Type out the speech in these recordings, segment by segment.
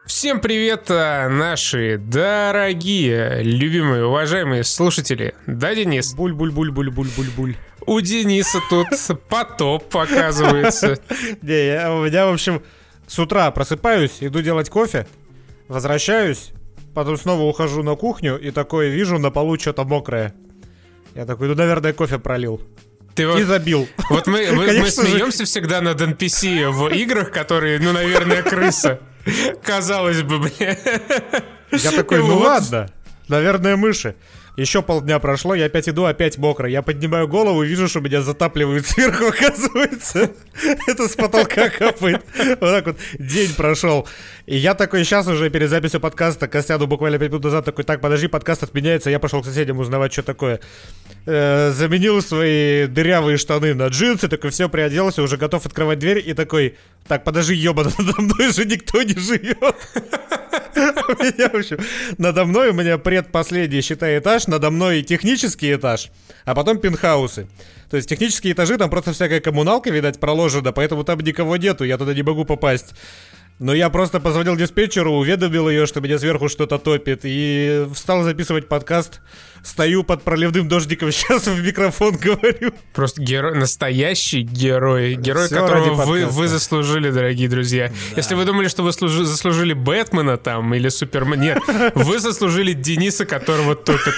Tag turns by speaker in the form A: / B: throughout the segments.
A: Всем привет, наши дорогие, любимые, уважаемые слушатели. Да, Денис?
B: Буль-буль-буль-буль-буль-буль-буль.
A: У Дениса тут потоп, оказывается.
B: Не, у меня, в общем, с утра просыпаюсь, иду делать кофе, возвращаюсь, потом снова ухожу на кухню и такое вижу, на полу что-то мокрое. Я такой, наверное, кофе пролил. И забил.
A: Вот мы смеемся всегда над NPC в играх, которые, наверное, крыса. Казалось бы, бля.
B: Я такой, ладно, наверное, мыши. Еще полдня прошло, я опять иду, опять мокро. Я поднимаю голову и вижу, что меня затапливают сверху, оказывается. Это с потолка капает. Вот так вот день прошел. И я такой, сейчас уже перед записью подкаста, Костяну буквально 5 минут назад, такой, так, подожди, подкаст отменяется. Я пошел к соседям узнавать, что такое. Заменил свои дырявые штаны на джинсы, такой, все, приоделся, уже готов открывать дверь. И такой, так, подожди, ёбана, надо мной же никто не живет. В общем, надо мной у меня предпоследний, считай, этаж, надо мной технический этаж, а потом пентхаусы. То есть технические этажи, там просто всякая коммуналка, видать, проложена, поэтому там никого нету, я туда не могу попасть. Но я просто позвонил диспетчеру, уведомил ее, что меня сверху что-то топит, и встал записывать подкаст. Стою под проливным дождиком, сейчас в микрофон говорю.
A: Просто герой, настоящий герой. Герой, все которого вы заслужили, дорогие друзья. Да. Если вы думали, что вы заслужили Бэтмена там или Супермена, нет, вы заслужили Дениса, которого топит.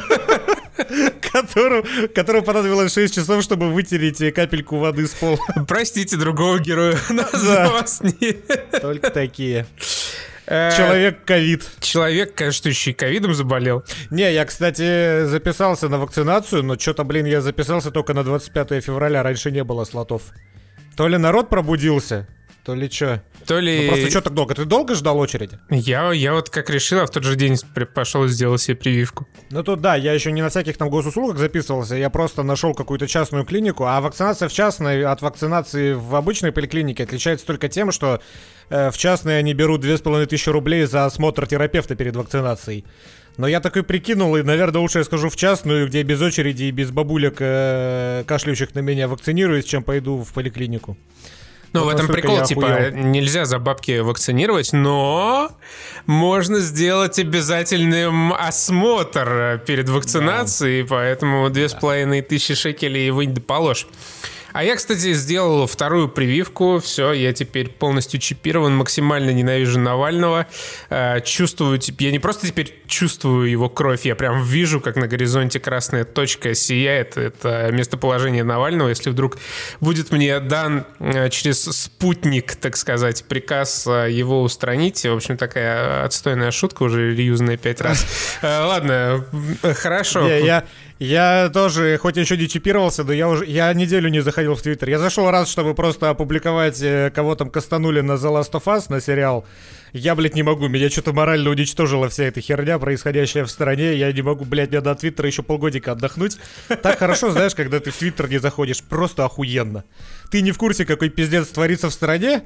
B: Которому понадобилось 6 часов, чтобы вытереть капельку воды с пола.
A: Простите, другого героя у нас за вас нет.
B: Только такие. Человек-ковид.
A: Человек, конечно, еще и ковидом заболел.
B: Не, я, кстати, записался на вакцинацию, но что-то, я записался только на 25 февраля, раньше не было слотов. То ли народ пробудился, то ли что.
A: То ли...
B: просто что так долго? Ты долго ждал очереди?
A: Я вот как решил, а в тот же день пошел и сделал себе прививку.
B: Ну тут да, я еще не на всяких там госуслугах записывался, я просто нашел какую-то частную клинику, а вакцинация в частной от вакцинации в обычной поликлинике отличается только тем, что в частной они берут 2500 рублей за осмотр терапевта перед вакцинацией. Но я такой прикинул, и, наверное, лучше я схожу в частную, где без очереди и без бабулек, кашляющих на меня, вакцинируюсь, чем пойду в поликлинику.
A: Ну, в этом прикол, типа, нельзя за бабки вакцинировать, но можно сделать обязательный осмотр перед вакцинацией, да. Поэтому 2500 шекелей вынь да положь. А я, кстати, сделал вторую прививку. Все, я теперь полностью чипирован, максимально ненавижу Навального. Чувствую, я не просто теперь чувствую его кровь, я прям вижу, как на горизонте красная точка сияет. Это местоположение Навального. Если вдруг будет мне дан через спутник, так сказать, приказ его устранить. В общем, такая отстойная шутка, уже реюзанная 5 раз. Ладно, хорошо.
B: Я тоже, хоть еще не чипировался, но я неделю не заходил в Твиттер. Я зашел раз, чтобы просто опубликовать, кого там кастанули на The Last of Us, на сериал. Я, не могу, меня что-то морально уничтожила вся эта херня, происходящая в стране. Я не могу, мне надо от Твиттера еще полгодика отдохнуть. Так хорошо, знаешь, когда ты в Твиттер не заходишь, просто охуенно. Ты не в курсе, какой пиздец творится в стране,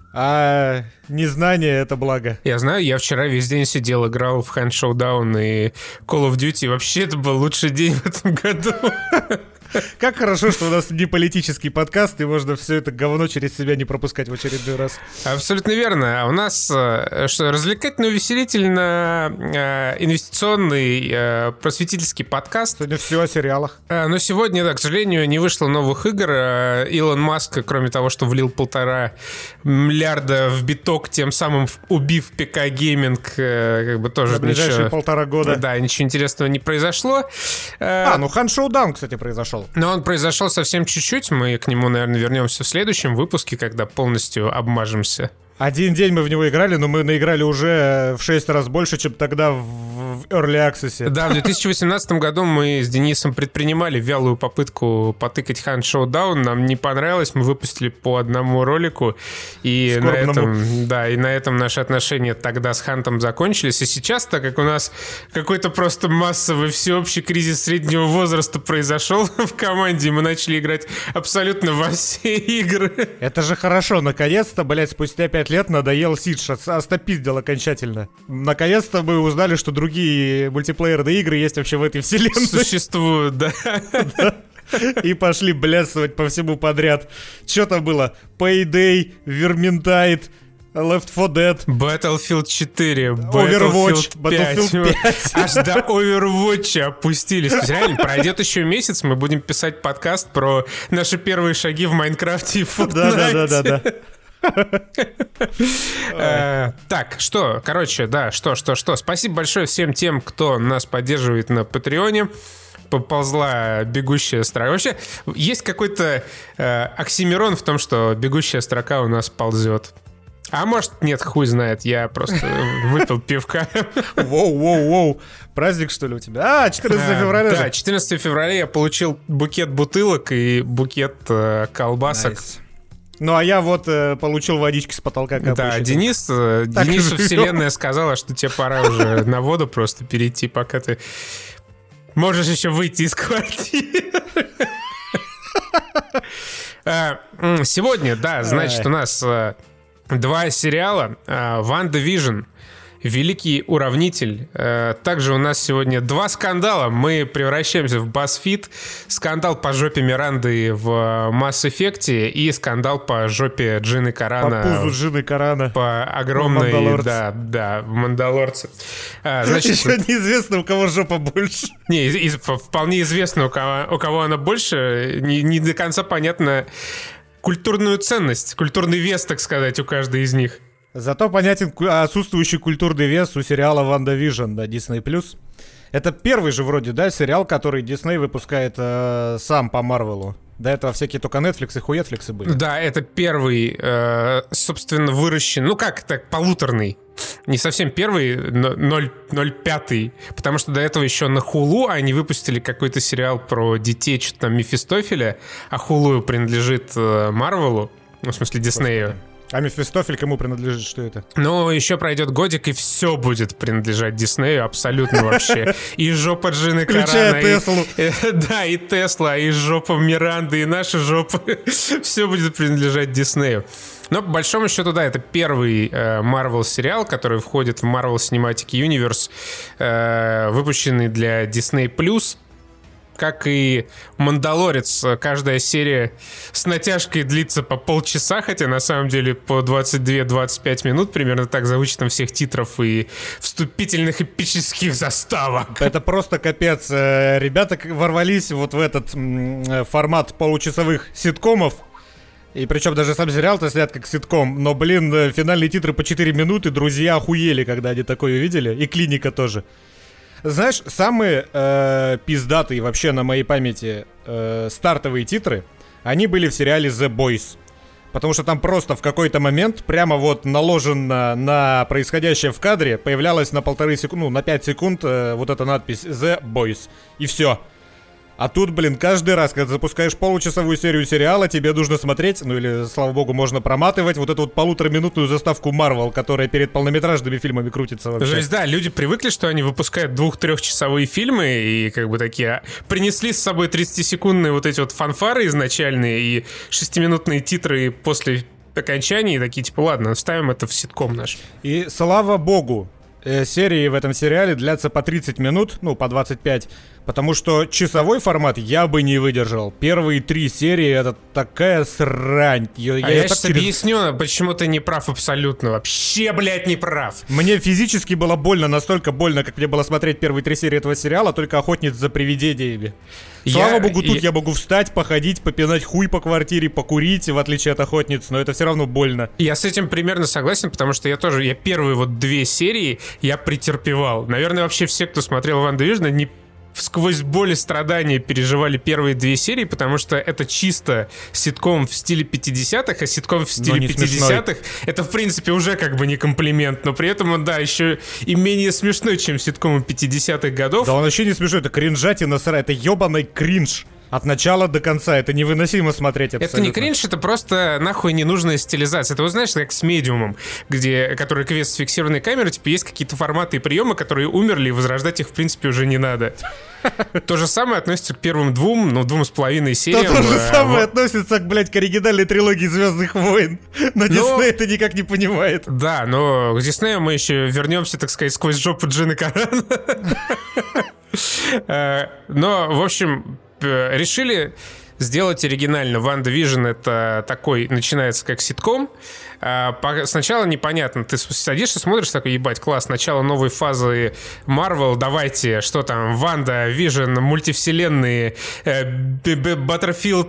B: а незнание — это благо.
A: Я знаю, я вчера весь день сидел, играл в Hand Showdown и Call of Duty. Вообще, это был лучший день в этом году.
B: Как хорошо, что у нас не политический подкаст, и можно все это говно через себя не пропускать в очередной раз.
A: Абсолютно верно. А у нас что, развлекательно-увеселительно-инвестиционный просветительский подкаст.
B: Сегодня все о сериалах.
A: Но сегодня, да, к сожалению, не вышло новых игр. Илон Маск, кроме того, что влил 1,5 миллиарда в биток, тем самым убив ПК-гейминг, как бы тоже
B: на ближайшие 1,5 года.
A: Да, ничего интересного не произошло.
B: Hand Showdown, кстати, произошел.
A: Но он произошел совсем чуть-чуть. Мы к нему, наверное, вернемся в следующем выпуске, когда полностью обмажемся.
B: Один день мы в него играли, но мы наиграли уже в 6 раз больше, чем тогда в Early Access.
A: Да, в 2018 году мы с Денисом предпринимали вялую попытку потыкать Hand Showdown. Нам не понравилось, мы выпустили по одному ролику. И на этом наши отношения тогда с Хантом закончились. И сейчас, так как у нас какой-то просто массовый всеобщий кризис среднего возраста произошел в команде, и мы начали играть абсолютно во все игры.
B: Это же хорошо, наконец-то, спустя 5 лет надоел Сидж, остопиздил окончательно. Наконец-то мы узнали, что другие мультиплеерные игры есть вообще в этой вселенной.
A: Существуют, да.
B: И пошли блясывать по всему подряд. Что там было? Payday, Vermintide, Left 4 Dead,
A: Battlefield 4,
B: Overwatch,
A: Battlefield 5. Аж до Overwatch опустились. То есть, реально, пройдет еще месяц, мы будем писать подкаст про наши первые шаги в Майнкрафте и Fortnite.
B: Да.
A: Так, что, короче, да, что. Спасибо большое всем тем, кто нас поддерживает на Патреоне. Поползла бегущая строка. Вообще, есть какой-то оксимирон в том, что бегущая строка у нас ползет. А может, нет, хуй знает, я просто выпил пивка.
B: Воу. Праздник, что ли, у тебя? 14 февраля же.
A: Да, 14 февраля я получил букет бутылок и букет колбасок.
B: Nice. Ну, а я вот получил водички с потолка капающей.
A: Да, Денису вселенная сказала, что тебе пора уже на воду просто перейти, пока ты можешь еще выйти из квартиры. Сегодня, да, значит, у нас 2 сериала. «Ванда Вижн», «Великий уравнитель». Также у нас сегодня 2 скандала. Мы превращаемся в BuzzFeed. Скандал по жопе Миранды в Mass Effect и скандал по жопе Джины Карана.
B: По пузу Джины Карана.
A: По огромной... Да, в «Мандалорце». Значит,
B: еще неизвестно, у кого жопа больше.
A: Не, вполне известно, у кого она больше. Не до конца понятно культурную ценность, культурный вес, так сказать, у каждой из них.
B: Зато понятен отсутствующий культурный вес у сериала «Ванда Вижн» на Disney+. Это первый же вроде, да, сериал, который Disney выпускает сам по Марвелу. До этого всякие только Netflix и хуетфликсы были.
A: Да, это первый, собственно, выращен, ну как так, полуторный. Не совсем первый, 0.5, потому что до этого еще на Hulu они выпустили какой-то сериал про детей, что-то там Мефистофеля, а Hulu принадлежит Марвелу, ну, в смысле Диснею.
B: А Мефистофель кому принадлежит, что это?
A: Ну, еще пройдет годик, и все будет принадлежать Диснею абсолютно вообще. И жопа Джины Карана.
B: Включая Теслу.
A: Да, и Тесла, и жопа Миранды, и наши жопы. Все будет принадлежать Диснею. Но, по большому счету, да, это первый Marvel сериал, который входит в Marvel Cinematic Universe, выпущенный для Disney+. Как и «Мандалорец», каждая серия с натяжкой длится по полчаса, хотя на самом деле по 22-25 минут, примерно так, за вычетом всех титров и вступительных эпических заставок.
B: Это просто капец. Ребята ворвались вот в этот формат получасовых ситкомов. И причем даже сам сериал-то снят как ситком. Но, блин, финальные титры по 4 минуты. Друзья охуели, когда они такое увидели. И «Клиника» тоже. Знаешь, самые пиздатые вообще на моей памяти стартовые титры, они были в сериале The Boys. Потому что там просто в какой-то момент, прямо вот наложено на происходящее в кадре, появлялась на 1,5 секунды, на 5 секунд вот эта надпись The Boys. И все. А тут, блин, каждый раз, когда запускаешь получасовую серию сериала, тебе нужно смотреть, ну или, слава богу, можно проматывать вот эту вот 1,5-минутную заставку Marvel, которая перед полнометражными фильмами крутится вообще.
A: То есть, да, люди привыкли, что они выпускают 2-3-часовые фильмы и как бы такие принесли с собой 30-секундные вот эти вот фанфары изначальные и 6-минутные титры после окончания, и такие, типа, ладно, вставим это в ситком наш.
B: И слава богу, серии в этом сериале длятся по 30 минут, ну, по 25, потому что часовой формат я бы не выдержал. Первые 3 серии — это такая срань.
A: Я сейчас объясню, почему ты не прав абсолютно. Вообще, блядь, не прав.
B: Мне физически было больно, настолько больно, как мне было смотреть первые 3 серии этого сериала, только «Охотница за привидениями». Слава богу, тут я могу встать, походить, попинать хуй по квартире, покурить, в отличие от «Охотниц», но это все равно больно.
A: Я с этим примерно согласен, потому что я первые вот 2 серии я претерпевал. Наверное, вообще все, кто смотрел «Ванда Вижн», они сквозь боль и страдания переживали первые 2 серии, потому что это чисто ситком в стиле 50-х, а ситком в стиле 50-х это, в принципе, уже как бы не комплимент, но при этом он, да, еще и менее смешной, чем ситкомы 50-х годов.
B: Да он вообще не смешной, это кринжатина, это ебаный кринж. От начала до конца. Это невыносимо смотреть абсолютно.
A: Это не кринж, это просто нахуй ненужная стилизация. Это, вот знаешь, как с «Медиумом», который квест с фиксированной камерой, типа есть какие-то форматы и приемы, которые умерли, и возрождать их, в принципе, уже не надо. То же самое относится к первым 2,5 сериям.
B: То же самое относится, блядь, к оригинальной трилогии «Звездных войн». Но Дисней это никак не понимает.
A: Да, но к Диснею мы еще вернемся, так сказать, сквозь жопу Джины Карана. Но, в общем, решили сделать оригинально. «Ванда Вижн» — это такой, начинается как ситком, Сначала непонятно. Ты садишься, смотришь, такой, ебать, класс, начало новой фазы Marvel, давайте, что там, Ванда, Vision, мультивселенные, Battlefield,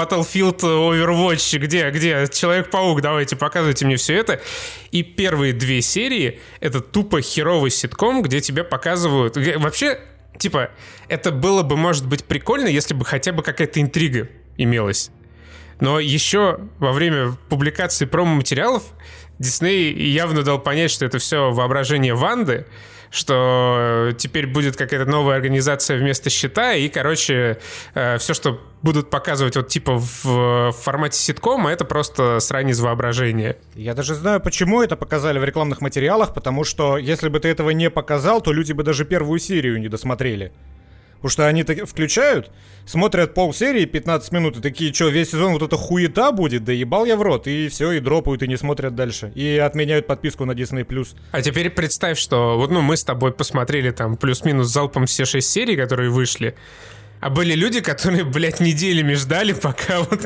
A: Overwatch, где Человек-паук, давайте, показывайте мне все это. И первые 2 серии — это тупо херовый ситком, где тебе показывают... Вообще, типа, это было бы, может быть, прикольно, если бы хотя бы какая-то интрига имелась. Но еще во время публикации промо-материалов Дисней явно дал понять, что это все воображение Ванды, что теперь будет какая-то новая организация вместо щита, и, короче, все, что будут показывать вот типа в формате ситкома, это просто срань из воображения.
B: Я даже знаю, почему это показали в рекламных материалах, потому что если бы ты этого не показал, то люди бы даже первую серию не досмотрели. Потому что они включают, смотрят полсерии, 15 минут, и такие, что, весь сезон вот эта хуета будет? Да ебал я в рот, и все, и дропают, и не смотрят дальше. И отменяют подписку на Disney+.
A: А теперь представь, что вот мы с тобой посмотрели там плюс-минус залпом все 6 серий, которые вышли. А были люди, которые, блядь, неделями ждали, пока вот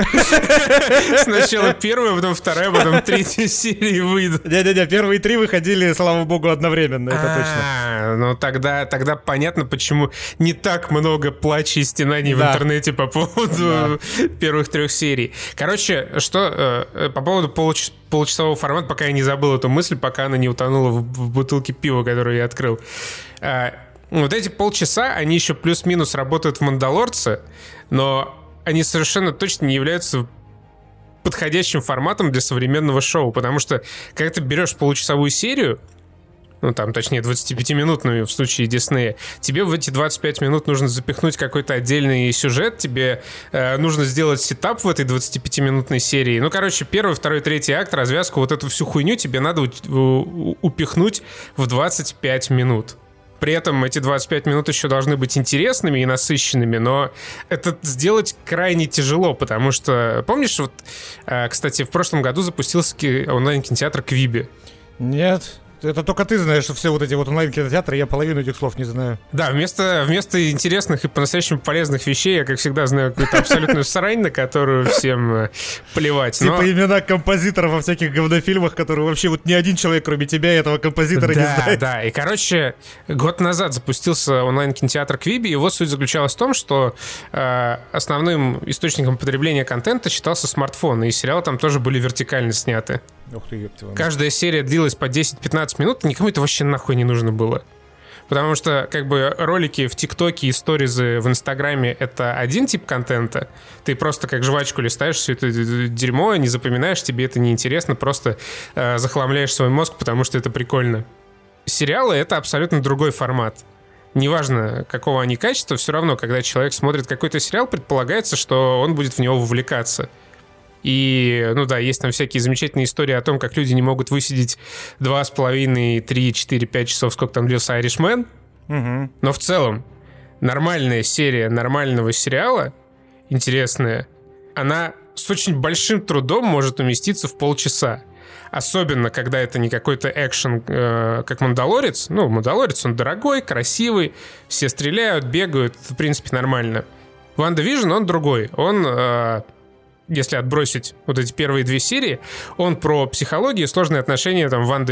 A: сначала первая, потом вторая, потом третья серия выйдут.
B: Не-не-не, первые 3 выходили, слава богу, одновременно, это точно.
A: Ну тогда понятно, почему не так много плача и стенаний в интернете по поводу первых 3 серий. Короче, что по поводу получасового формата, пока я не забыл эту мысль, пока она не утонула в бутылке пива, которую я открыл. Вот эти полчаса, они еще плюс-минус работают в «Мандалорце», но они совершенно точно не являются подходящим форматом для современного шоу, потому что когда ты берешь получасовую серию, ну там, точнее, 25-минутную в случае Диснея, тебе в эти 25 минут нужно запихнуть какой-то отдельный сюжет, тебе нужно сделать сетап в этой 25-минутной серии. Ну, короче, 1, 2, 3 акт, развязку, вот эту всю хуйню тебе надо упихнуть в 25 минут. При этом эти 25 минут еще должны быть интересными и насыщенными, но это сделать крайне тяжело, потому что... Помнишь, вот, кстати, в прошлом году запустился онлайн-кинотеатр Quibi?
B: Нет. Это только ты знаешь, что все вот эти вот онлайн-кинотеатры, я половину этих слов не знаю.
A: Да, вместо интересных и по-настоящему полезных вещей я, как всегда, знаю какую-то абсолютную срань, на которую всем плевать.
B: Типа имена композиторов во всяких говнофильмах, которые вообще вот ни один человек, кроме тебя, этого композитора не знает.
A: Да, и, короче, год назад запустился онлайн-кинотеатр Quibi, и его суть заключалась в том, что основным источником потребления контента считался смартфон, и сериалы там тоже были вертикально сняты.
B: Ух ты, ёптила.
A: Каждая серия длилась по 10-15 минут, никому это вообще нахуй не нужно было. Потому что, как бы, ролики в ТикТоке и сторизы в Инстаграме — это один тип контента. Ты просто как жвачку листаешь все это дерьмо, не запоминаешь, тебе это неинтересно, просто захламляешь свой мозг, потому что это прикольно. Сериалы — это абсолютно другой формат. Неважно, какого они качества, все равно, когда человек смотрит какой-то сериал, предполагается, что он будет в него вовлекаться. И, ну да, есть там всякие замечательные истории о том, как люди не могут высидеть 2,5, 3, 4, 5 часов, сколько там длился Irishman.
B: Угу.
A: Но в целом, нормальная серия нормального сериала, интересная, она с очень большим трудом может уместиться в полчаса. Особенно, когда это не какой-то экшен, как «Мандалорец». Ну, «Мандалорец», он дорогой, красивый, все стреляют, бегают, в принципе, нормально. «Ванда Вижн», он другой. Он... Если отбросить вот эти первые 2 серии, он про психологию и сложные отношения там Ванды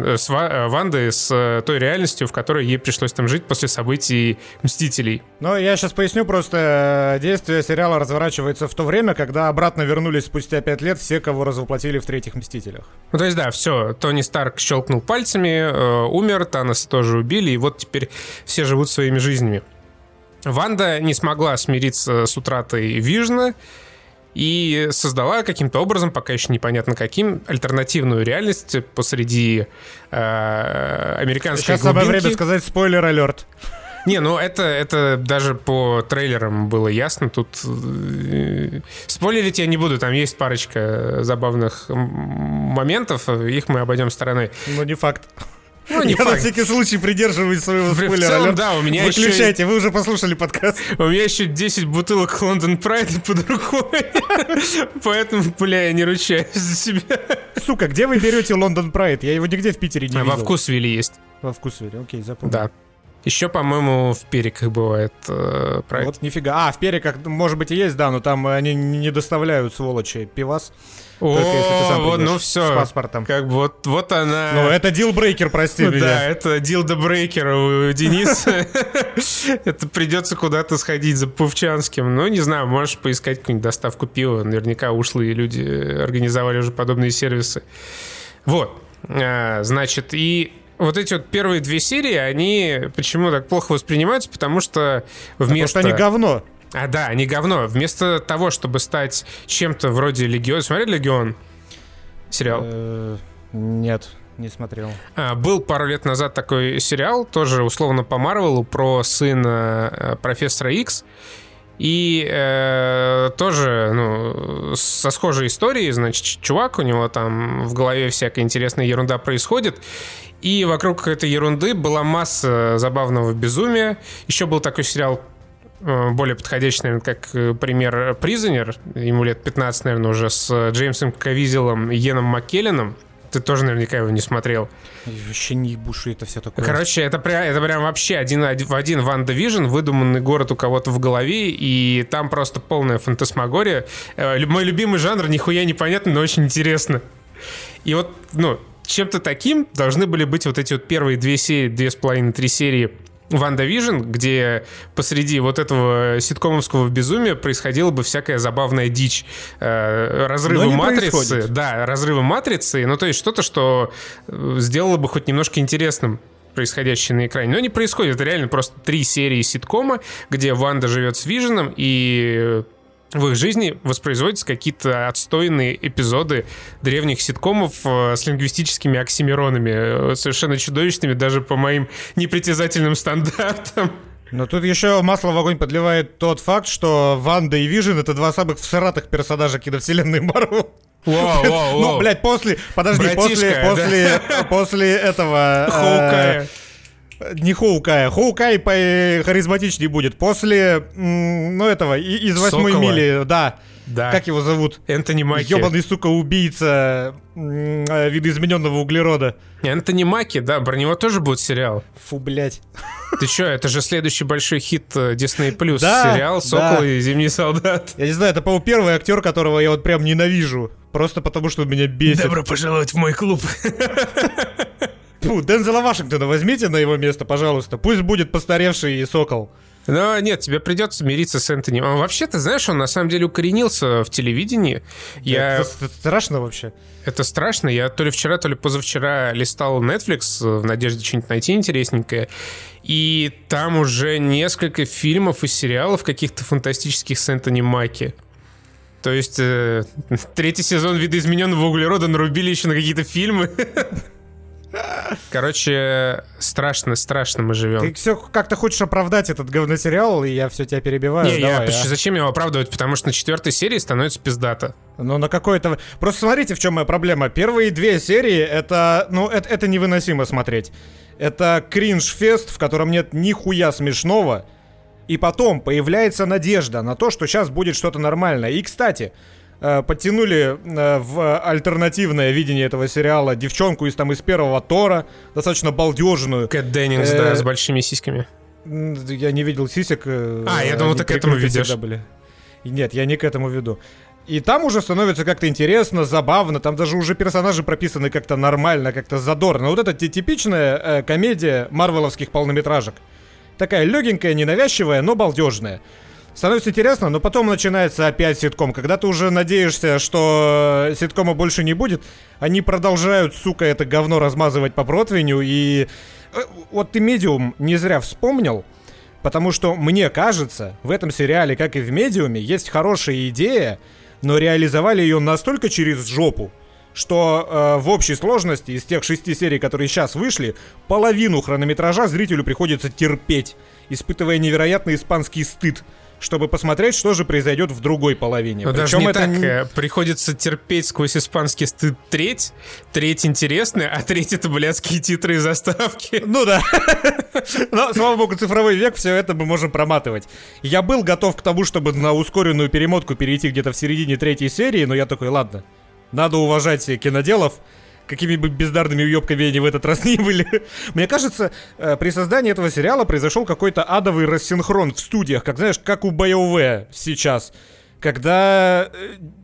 A: с той реальностью, в которой ей пришлось там жить после событий «Мстителей».
B: Ну, я сейчас поясню просто. Действие сериала разворачивается в то время, когда обратно вернулись спустя 5 лет все, кого развоплотили в третьих «Мстителях».
A: Ну, то есть, да, все. Тони Старк щелкнул пальцами, умер, Таноса тоже убили, и вот теперь все живут своими жизнями. Ванда не смогла смириться с утратой Вижна, и создала каким-то образом, пока еще непонятно каким, альтернативную реальность посреди американской
B: Сейчас
A: глубинки.
B: самое время сказать спойлер-алерт.
A: Не, ну это даже по трейлерам было ясно. Тут спойлерить я не буду, там есть парочка забавных моментов, их мы обойдем стороной.
B: Ну, не факт.
A: Ну, не
B: я
A: факт.
B: На всякий случай придерживаюсь своего спойлера.
A: В целом, да, у меня
B: Выключайте, вы уже послушали подкаст.
A: У меня еще 10 бутылок Лондон Прайда под рукой. Поэтому, бля, я не ручаюсь за себя.
B: Сука, где вы берете Лондон Прайд? Я его нигде в Питере не видел.
A: Во Вкусвилле есть.
B: Во Вкусвилле, окей, запомнил.
A: Да. Еще, по-моему, в Периках бывает Прайд.
B: Вот нифига. В Периках, может быть, и есть, да, но там они не доставляют, сволочи, пивас. Только если ты сам придешь
A: ну все.
B: с паспортом.
A: Как бы вот она...
B: Ну, это дилбрейкер, прости меня.
A: Да, это дилдобрейкер у Дениса. Это придется куда-то сходить за Пувчанским. Ну, не знаю, можешь поискать какую-нибудь доставку пива. Наверняка ушлые люди организовали уже подобные сервисы. Вот. Значит, и вот эти вот первые 2 серии, они почему так плохо воспринимаются? Потому что вместо...
B: Потому что они говно.
A: Да, они говно. Вместо того, чтобы стать чем-то вроде «Легион». Смотрели «Легион»? Сериал?
B: Нет, не смотрел.
A: Был пару лет назад такой сериал, тоже условно по Марвелу, про сына профессора Икс. И тоже, со схожей историей, значит, чувак, у него там в голове всякая интересная ерунда происходит. И вокруг этой ерунды была масса забавного безумия. Еще был такой сериал, более подходящий, наверное, как пример, «Призонер». Ему лет 15, наверное, уже, с Джеймсом Кавизелом и Йеном Маккелленом. Ты тоже наверняка его не смотрел.
B: Я вообще не ебу, что это все такое.
A: Короче, это прям вообще один в один Ванда Вижн, выдуманный город у кого-то в голове, и там просто полная фантасмагория. Мой любимый жанр, нихуя непонятно, но очень интересно. И вот, чем-то таким должны были быть вот эти вот первые 2 серии, 2,5-3 серии Ванда Вижн, где посреди вот этого ситкомовского безумия происходила бы всякая забавная дичь. Разрывы матрицы. Происходит. Да, разрывы матрицы. Ну, то есть что-то, что сделало бы хоть немножко интересным происходящее на экране. Но не происходит. Это реально просто 3 серии ситкома, где Ванда живет с Вижном, и в их жизни воспроизводятся какие-то отстойные эпизоды древних ситкомов с лингвистическими оксимиронами, совершенно чудовищными даже по моим непритязательным стандартам.
B: Но тут еще масло в огонь подливает тот факт, что Ванда и Вижн — это 2 самых всратых персонажа киновселенной Марвел.
A: Воу.
B: Ну, блядь, после этого...
A: Хоукая.
B: Не Хоукая. Хоукай харизматичнее будет. После, этого, из 8 мили, да. Как его зовут?
A: Энтони Маки.
B: Ёбаный, сука, убийца видоизмененного углерода.
A: Энтони Маки, да, про него тоже будет сериал.
B: Фу, блядь.
A: Ты чё, это же следующий большой хит Disney+. Сериал «Сокол и Зимний солдат».
B: Я не знаю, это, по-моему, первый актер, которого я вот прям ненавижу. Просто потому, что меня бесит.
A: Добро пожаловать в мой клуб.
B: Фу, Дензела Вашингтона возьмите на его место, пожалуйста. Пусть будет постаревший Сокол.
A: Но нет, тебе придется мириться с Энтони. Вообще, ты знаешь, он на самом деле укоренился в телевидении.
B: Это страшно вообще.
A: Это страшно. Я то ли вчера, то ли позавчера листал Netflix в надежде что-нибудь найти интересненькое. И там уже несколько фильмов и сериалов каких-то фантастических с Энтони Маки. То есть 3-й сезон «Видоизмененного углерода» нарубили еще на какие-то фильмы. Короче, страшно мы живем.
B: Ты все как-то хочешь оправдать этот говносериал, и я все тебя перебиваю.
A: Зачем его оправдывать? Потому что на 4-й серии становится пиздато.
B: Ну, на какой-то... Просто смотрите, в чем моя проблема. Первые 2 серии, это невыносимо смотреть. Это кринж-фест, в котором нет нихуя смешного. И потом появляется надежда на то, что сейчас будет что-то нормальное. И, кстати... подтянули в альтернативное видение этого сериала девчонку из первого Тора, достаточно балдежную.
A: Кэт Деннингс, да, с большими сиськами.
B: Я не видел сисек.
A: Я думал, ты к этому ведешь.
B: Нет, я не к этому веду. И там уже становится как-то интересно, забавно, там даже уже персонажи прописаны как-то нормально, как-то задорно. Вот это типичная комедия марвеловских полнометражек. Такая легенькая, ненавязчивая, но балдежная. Становится интересно, но потом начинается опять ситком. Когда ты уже надеешься, что ситкома больше не будет, они продолжают, сука, это говно размазывать по противню. И вот ты «Медиум» не зря вспомнил, потому что, мне кажется, в этом сериале, как и в «Медиуме», есть хорошая идея, но реализовали ее настолько через жопу, что в общей сложности из тех 6 серий, которые сейчас вышли, половину хронометража зрителю приходится терпеть, испытывая невероятный испанский стыд, чтобы посмотреть, что же произойдет в другой половине.
A: Но даже не так, приходится терпеть сквозь испанский стыд треть интересная, а треть — это блядские титры и заставки.
B: Ну да. Но, слава богу, цифровой век, все это мы можем проматывать. Я был готов к тому, чтобы на ускоренную перемотку перейти где-то в середине 3-й серии, но я такой, ладно, надо уважать киноделов, какими бы бездарными уебками они в этот раз ни были. Мне кажется, при создании этого сериала произошел какой-то адовый рассинхрон в студиях, как, знаешь, как у BioWare сейчас, когда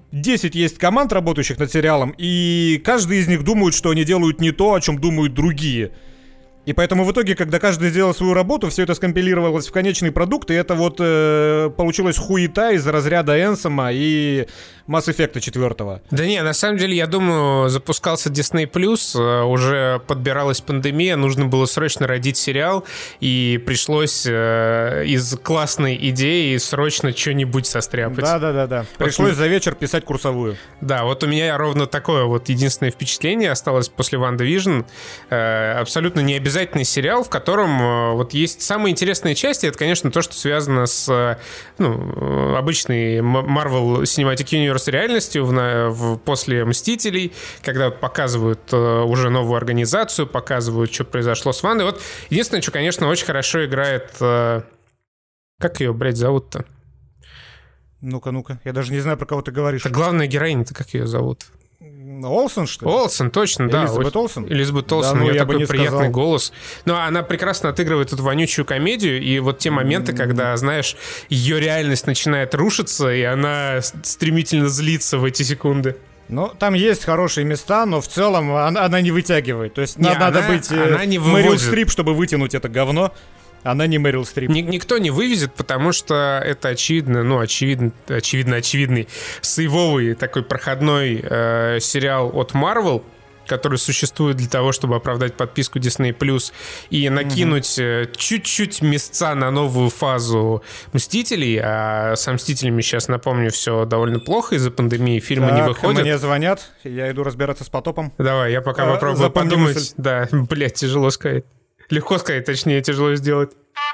B: 10 есть команд, работающих над сериалом, и каждый из них думает, что они делают не то, о чем думают другие. И поэтому в итоге, когда каждый сделал свою работу, все это скомпилировалось в конечный продукт, и это вот получилась хуета из разряда Энсома и Mass Effect 4.
A: Да не, на самом деле, я думаю, запускался Disney+, уже подбиралась пандемия, нужно было срочно родить сериал, и пришлось из классной идеи срочно что-нибудь состряпать.
B: Да. Пришлось за вечер писать курсовую.
A: Да, вот у меня ровно такое вот единственное впечатление осталось после WandaVision. Абсолютно необязательный сериал, в котором вот есть самые интересные части. Это, конечно, то, что связано с обычной Marvel Cinematic Universe реальностью после «Мстителей», когда показывают уже новую организацию, показывают, что произошло с Вандой. Вот единственное, что, конечно, очень хорошо играет... Как ее, блядь, зовут-то?
B: Ну-ка. Я даже не знаю, про кого ты говоришь.
A: Это главная героиня-то, как ее зовут?
B: Олсен, что ли?
A: Олсен, точно, да.
B: Элизабет Олсен?
A: Элизабет Олсен,
B: да,
A: у нее такой приятный
B: сказал.
A: голос. Но она прекрасно отыгрывает эту вонючую комедию, и вот те моменты, когда, знаешь, ее реальность начинает рушиться, и она стремительно злится в эти секунды.
B: Ну, там есть хорошие места, но в целом она не вытягивает. То есть надо быть Мэрил Стрип, чтобы вытянуть это говно. Она не Мэрил Стрип.
A: Никто не вывезет, потому что это очевидный, сейвовый такой проходной сериал от Marvel, который существует для того, чтобы оправдать подписку Disney+, и накинуть чуть-чуть места на новую фазу «Мстителей», а с «Мстителями», сейчас напомню, все довольно плохо из-за пандемии, фильмы не выходят.
B: Мне звонят, я иду разбираться с потопом.
A: Давай, я пока попробую подумать. Мысль. Да, блядь, тяжело сказать. Легко сказать, точнее, тяжело сделать.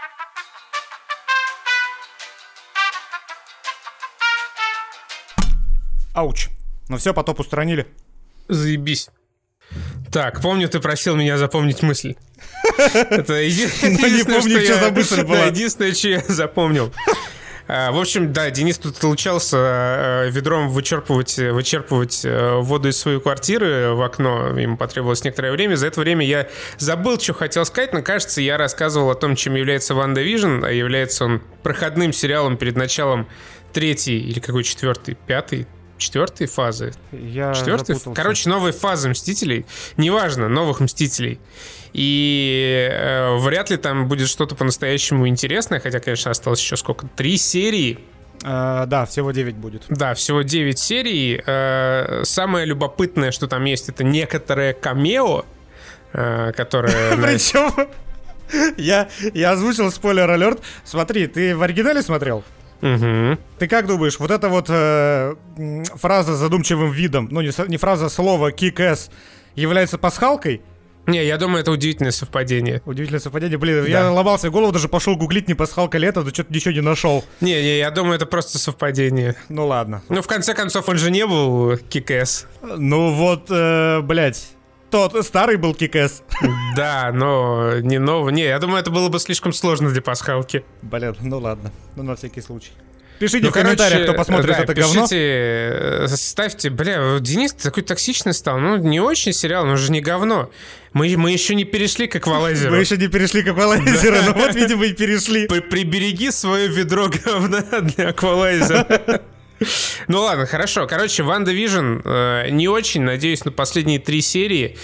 B: Ауч. Ну все, потоп устранили.
A: Заебись. Так, помню, ты просил меня запомнить мысль. Это единственное, что я запомнил. В общем, да, Денис тут отлучался ведром вычерпывать воду из своей квартиры в окно. Ему потребовалось некоторое время. За это время я забыл, что хотел сказать, но, кажется, я рассказывал о том, чем является WandaVision, а является он проходным сериалом перед началом третьей или какой четвертой фазы. Короче, новой фазы Мстителей. Неважно, новых Мстителей. И вряд ли там будет что-то по-настоящему интересное. Хотя, конечно, осталось еще сколько? 3 серии.
B: Да, всего 9 будет.
A: Да, всего 9 серий. Самое любопытное, что там есть, это некоторое камео, которое...
B: Причем я озвучил спойлер-алерт. Смотри, ты в оригинале смотрел?
A: Угу.
B: Ты как думаешь, вот эта вот фраза с задумчивым видом, ну не фраза, слово «kick-ass» является пасхалкой?
A: Не, я думаю, это удивительное совпадение.
B: Удивительное совпадение, блин, да. Я ломался в голову, даже пошел гуглить, не пасхалка ли это, да что-то ничего не нашел.
A: Не, я думаю, это просто совпадение.
B: Ну ладно.
A: Ну, в конце концов, он же не был kick-ass.
B: Ну вот, блядь. Тот старый был kick-ass.
A: Да, но не новый. Не, я думаю, это было бы слишком сложно для пасхалки.
B: Блин, ну ладно. Ну, на всякий случай. Пишите в комментариях, кто посмотрит это говно.
A: Пишите, ставьте. Бля, Денис такой токсичный стал. Ну, не очень сериал, но же не говно. Мы еще не перешли к эквалайзеру.
B: Вы еще не перешли к эквалайзеру, но вот, видимо, и перешли.
A: Прибереги свое ведро говна для эквалайзера. Ну ладно, хорошо. Короче, WandaVision не очень, надеюсь, на последние 3 серии.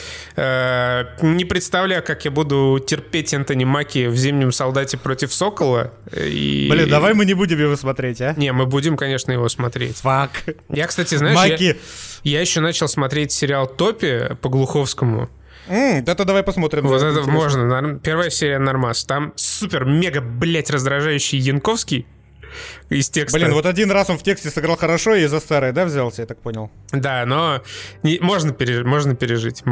A: Не представляю, как я буду терпеть Энтони Маки в «Зимнем солдате против Сокола».
B: Блин, давай мы не будем его смотреть, а?
A: Не, мы будем, конечно, его смотреть.
B: Фак.
A: Я, кстати, знаешь, я еще начал смотреть сериал «Топи» по Глуховскому.
B: Это давай посмотрим.
A: Вот это можно. Первая серия нормас. Там супер-мега, блять, раздражающий Янковский из текста.
B: Блин, вот один раз он в тексте сыграл хорошо и за старое, да, взялся, я так понял?
A: Да, но можно пережить.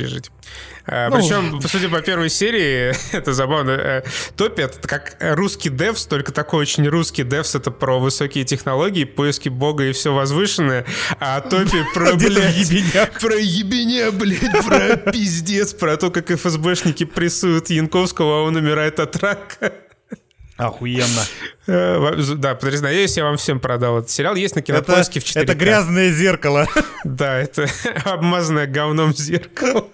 A: Причем, судя по первой серии, это забавно, Топи — это как русский девс, только такой очень русский девс, это про высокие технологии, поиски бога и все возвышенное, а Топи про, блядь, про ебеня, блядь, про пиздец, про то, как ФСБшники прессуют Янковского, а он умирает от рака.
B: Охуенно.
A: Да, признаюсь, я вам всем продал этот сериал. Есть на Кинопоиске в 4К.
B: Это грязное зеркало.
A: Да, это обмазанное говном зеркало.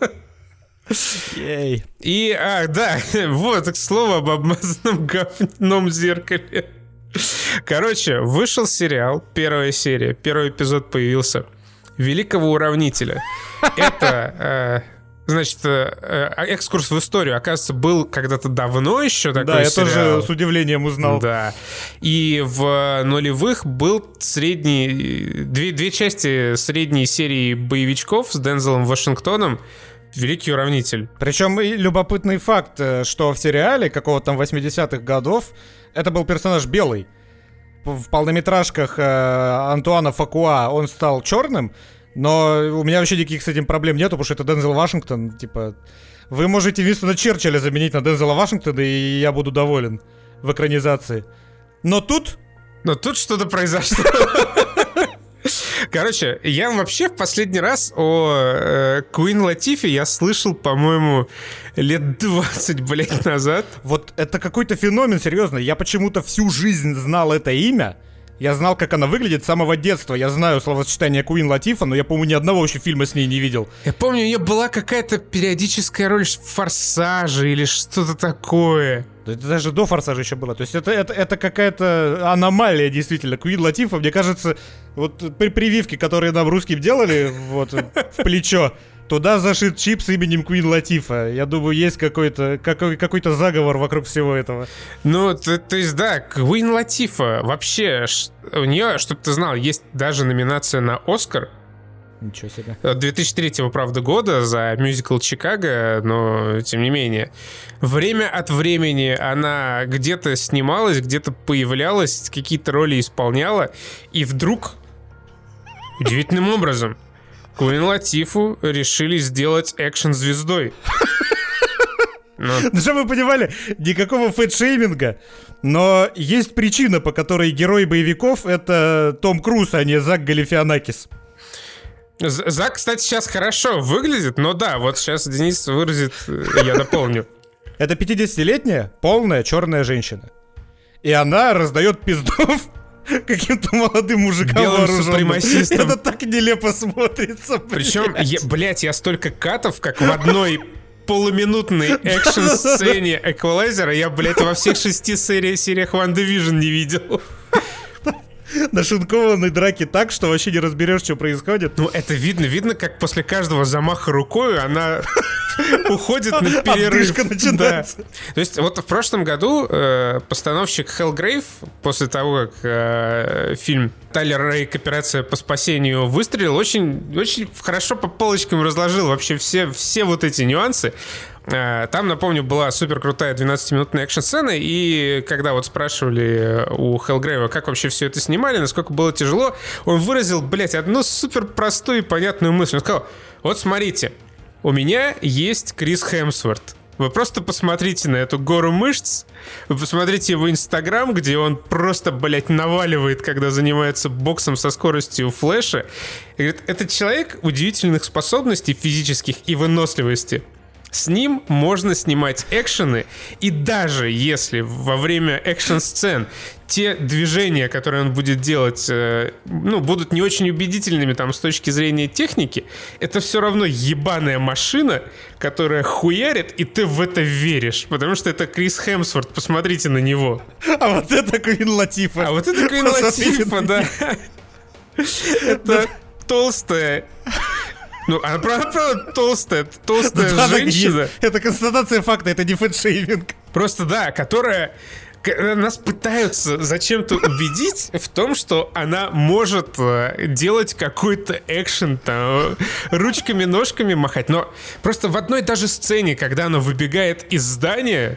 B: Ей.
A: И, да, вот, к слову об обмазанном говном зеркале. Короче, вышел сериал, первая серия, первый эпизод появился. Великого уравнителя. Это... Значит, экскурс в историю, оказывается, был когда-то давно еще такой
B: сериал. Да, я тоже с удивлением узнал.
A: Да. И в нулевых был две части средней серии боевичков с Дензелом Вашингтоном. Великий уравнитель.
B: Причем любопытный факт, что в сериале какого-то там 80-х годов это был персонаж белый. В полнометражках Антуана Фукуа он стал черным. Но у меня вообще никаких с этим проблем нету, потому что это Дензел Вашингтон, типа... Вы можете Винстона Черчилля заменить на Дензела Вашингтона, и я буду доволен в экранизации. Но тут
A: что-то произошло. Короче, я вообще в последний раз о Куин Латифе я слышал, по-моему, лет 20, блядь, назад.
B: Вот это какой-то феномен, серьезно. Я почему-то всю жизнь знал это имя. Я знал, как она выглядит с самого детства. Я знаю словосочетание Куин Латифа, но я, по-моему, ни одного еще фильма с ней не видел.
A: Я помню, у нее была какая-то периодическая роль в «Форсаже» или что-то такое.
B: Это даже до «Форсажа» еще было. То есть это какая-то аномалия, действительно. Куин Латифа, мне кажется, вот при прививке, которые нам русским делали вот в плечо, туда зашит чип с именем Куин Латифа. Я думаю, есть какой-то заговор вокруг всего этого.
A: Ну, то есть, да, Куин Латифа вообще, у нее, чтобы ты знал, есть даже номинация на «Оскар».
B: Ничего себе.
A: 2003, правда, года за мюзикл «Чикаго», но тем не менее. Время от времени она где-то снималась, где-то появлялась, какие-то роли исполняла, и вдруг, удивительным образом, Куин Латифу решили сделать экшн-звездой.
B: Ну, чтобы вы понимали, никакого фэт-шейминга, но есть причина, по которой герой боевиков — это Том Круз, а не Зак Галифианакис.
A: Зак, кстати, сейчас хорошо выглядит, но да, вот сейчас Денис выразит, я дополню.
B: Это 50-летняя, полная черная женщина. И она раздает пиздов каким-то молодым мужикам вооруженным. Это так нелепо смотрится.
A: Причем, я столько катов, как в одной полуминутной экшн-сцене Эквалайзера, я, во всех 6 сериях Ван Дивижн не видел.
B: Нашинкованной драки так, что вообще не разберешь, что происходит.
A: Ну, это видно, как после каждого замаха рукой она уходит на перерыв.
B: Отдышка начинается.
A: Да. То есть, вот в прошлом году постановщик Хеллгрейв, после того, как фильм Тайлер Рейк «Операция по спасению» выстрелил, очень, очень хорошо по полочкам разложил вообще все вот эти нюансы. Там, напомню, была супер крутая 12-минутная экшн-сцена, и когда вот спрашивали у Хеллгрейва, как вообще все это снимали, насколько было тяжело, он выразил, одну супер простую и понятную мысль. Он сказал: вот смотрите, у меня есть Крис Хемсворт. Вы просто посмотрите на эту гору мышц, вы посмотрите его Инстаграм, где он просто, наваливает, когда занимается боксом со скоростью Флэша. И говорит, это человек удивительных способностей физических и выносливости. С ним можно снимать экшены, и даже если во время экшн-сцен те движения, которые он будет делать, будут не очень убедительными там с точки зрения техники, это все равно ебаная машина, которая хуярит, и ты в это веришь, потому что это Крис Хемсворт, посмотрите на него.
B: А вот это Куин Латифа.
A: Да. Это толстая... она правда толстая женщина.
B: Это констатация факта, это не фэтшейминг.
A: Просто, да, которая... Нас пытаются зачем-то убедить в том, что она может делать какой-то экшен, там, ручками, ножками махать. Но просто в одной даже сцене, когда она выбегает из здания...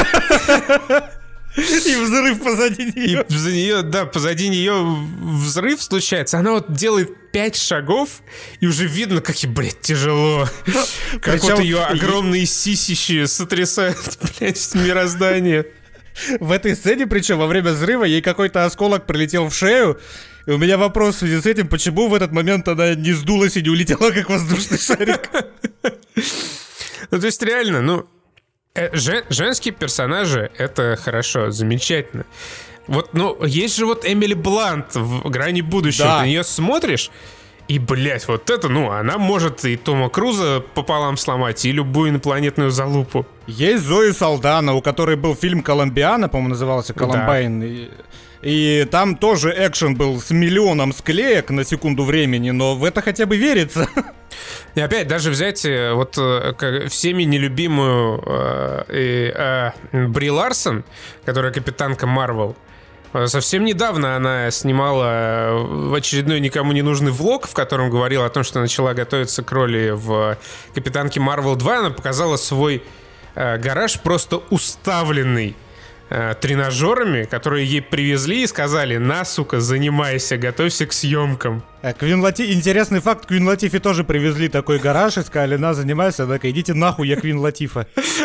B: И взрыв позади нее.
A: Позади нее взрыв случается. Она вот делает 5 шагов, и уже видно, как ей, тяжело. Как вот ее огромные сисищи сотрясают, мироздание.
B: В этой сцене, причем во время взрыва, ей какой-то осколок прилетел в шею. И у меня вопрос в связи с этим, почему в этот момент она не сдулась и не улетела, как воздушный шарик?
A: То есть реально, женские персонажи — это хорошо, замечательно. Вот, есть же вот Эмили Блант в «Грани будущего». Да. Ты на нее смотришь, и, вот это, она может и Тома Круза пополам сломать, и любую инопланетную залупу.
B: Есть Зои Салдана, у которой был фильм «Колумбиана», по-моему, назывался «Колумбайн». Да. И там тоже экшен был с миллионом склеек на секунду времени, но в это хотя бы верится.
A: И опять, даже взять вот всеми нелюбимую Бри Ларсон, которая капитанка Марвел. Совсем недавно она снимала в очередной никому не нужный влог, в котором говорила о том, что начала готовиться к роли в «Капитанке Марвел 2». Она показала свой гараж просто уставленный тренажерами, которые ей привезли и сказали: на, сука, занимайся, готовься к съемкам.
B: Интересный факт, Квин Латифи тоже привезли такой гараж и сказали: на, занимайся, так идите нахуй, я Квин Латифа.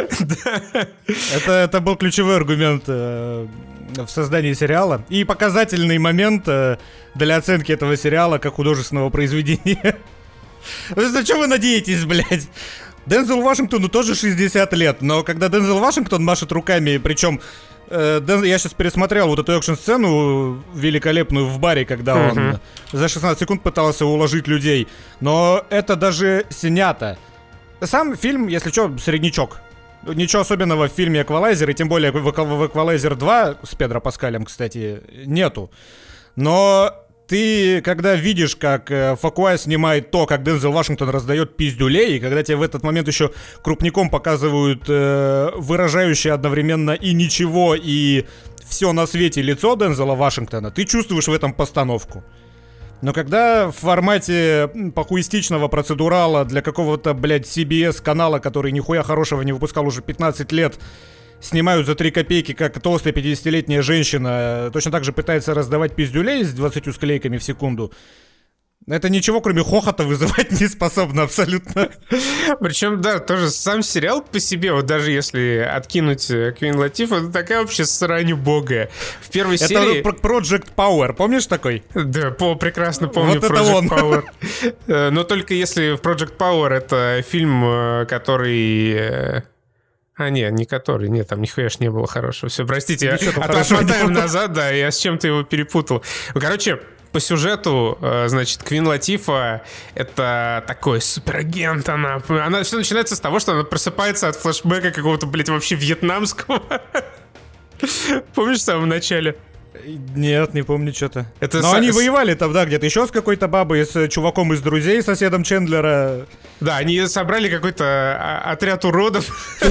B: Это был ключевой аргумент в создании сериала. И показательный момент для оценки этого сериала как художественного произведения. На что вы надеетесь, блядь? Дензел Вашингтону тоже 60 лет, но когда Дензел Вашингтон машет руками, причем я сейчас пересмотрел вот эту экшн-сцену великолепную в баре, когда он за 16 секунд пытался уложить людей, но это даже снято. Сам фильм, если что, среднячок. Ничего особенного в фильме «Эквалайзер», и тем более в «Эквалайзер 2» с Педро Паскалем, кстати, нету. Но ты, когда видишь, как Факуа снимает то, как Дензел Вашингтон раздает пиздюлей, и когда тебе в этот момент еще крупником показывают выражающее одновременно и ничего, и все на свете лицо Дензела Вашингтона, ты чувствуешь в этом постановку. Но когда в формате похуистичного процедурала для какого-то, блядь, CBS канала, который нихуя хорошего не выпускал уже 15 лет, снимают за 3 копейки, как толстая 50-летняя женщина точно так же пытается раздавать пиздюлей с 20 склейками в секунду, это ничего, кроме хохота, вызывать не способно абсолютно.
A: Причем, да, тоже сам сериал по себе, вот даже если откинуть Квин Латифу, это такая вообще срань убогая. В первой серии...
B: Это Project Power, помнишь такой?
A: Да, прекрасно помню
B: вот
A: Project Power. Но только если в Project Power это фильм, который... не который, нет, там нихуя ж не было хорошего. Все, простите, отмотаем назад, да, я с чем-то его перепутал. Короче, по сюжету, значит, Квин Латифа — это такой суперагент, она все начинается с того, что она просыпается от флешбека какого-то, блядь, вообще вьетнамского. Помнишь в самом начале?
B: Нет, не помню что-то. Но они воевали там, да, где-то еще с какой-то бабой, с чуваком из «Друзей», соседом Чендлера.
A: Да, они собрали какой-то отряд уродов.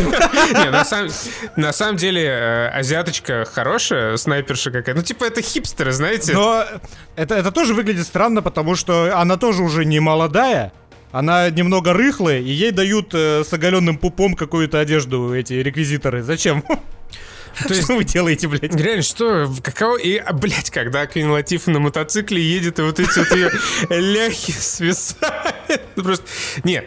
A: На самом деле, азиаточка хорошая, снайперша какая. Ну, типа, это хипстеры, знаете.
B: Но это тоже выглядит странно, потому что она тоже уже не молодая. Она немного рыхлая, и ей дают с оголенным пупом какую-то одежду эти реквизиторы. Зачем? То есть, что вы делаете, блядь?
A: Реально, что? Каково? И, блядь, когда Квин Латифа на мотоцикле едет, и вот эти вот ее ляхи свисают. Просто... Нет,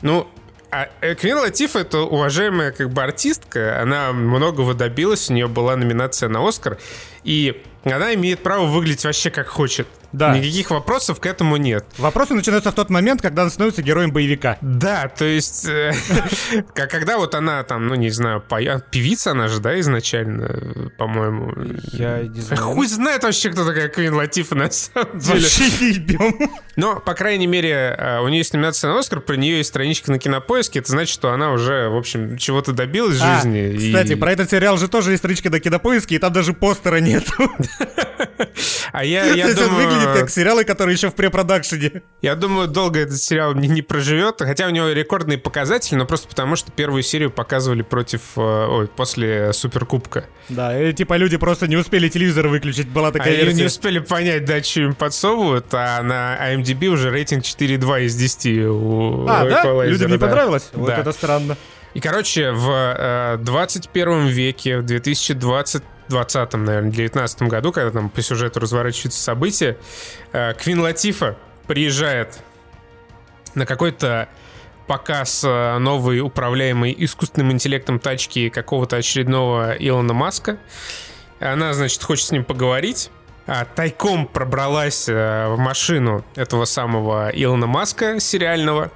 A: Квин Латифа — это уважаемая как бы артистка. Она многого добилась, у нее была номинация на «Оскар». И она имеет право выглядеть вообще как хочет. Да. Никаких вопросов к этому нет.
B: Вопросы начинаются в тот момент, когда она становится героем боевика.
A: Да, то есть, когда вот она там, не знаю, певица она же, да, изначально, по-моему.
B: Я не знаю.
A: Хуй знает вообще, кто такая Квин Латифа на самом деле.
B: Вообще не ебем.
A: Но, по крайней мере, у нее есть номинация на «Оскар», про нее есть страничка на Кинопоиске, это значит, что она уже, в общем, чего-то добилась в жизни.
B: Кстати, про этот сериал же тоже есть страничка на Кинопоиске, и там даже постера нет.
A: А я думаю...
B: выглядит как сериалы, которые еще в препродакшене.
A: Я думаю, долго этот сериал не проживет, хотя у него рекордные показатели, но просто потому, что первую серию показывали после Суперкубка.
B: Да, и типа люди просто не успели телевизор выключить, была такая версия.
A: Они не успели понять, да, что им подсовывают, а на IMDb уже рейтинг 4,2 из 10 у
B: да? Людям не понравилось? Вот это странно.
A: И, короче, в 21 веке, в 2020-м, наверное, 19 году, когда там по сюжету разворачиваются события, Квин Латифа приезжает на какой-то показ новой управляемой искусственным интеллектом тачки какого-то очередного Илона Маска. Она, значит, хочет с ним поговорить. Тайком пробралась в машину этого самого Илона Маска сериального.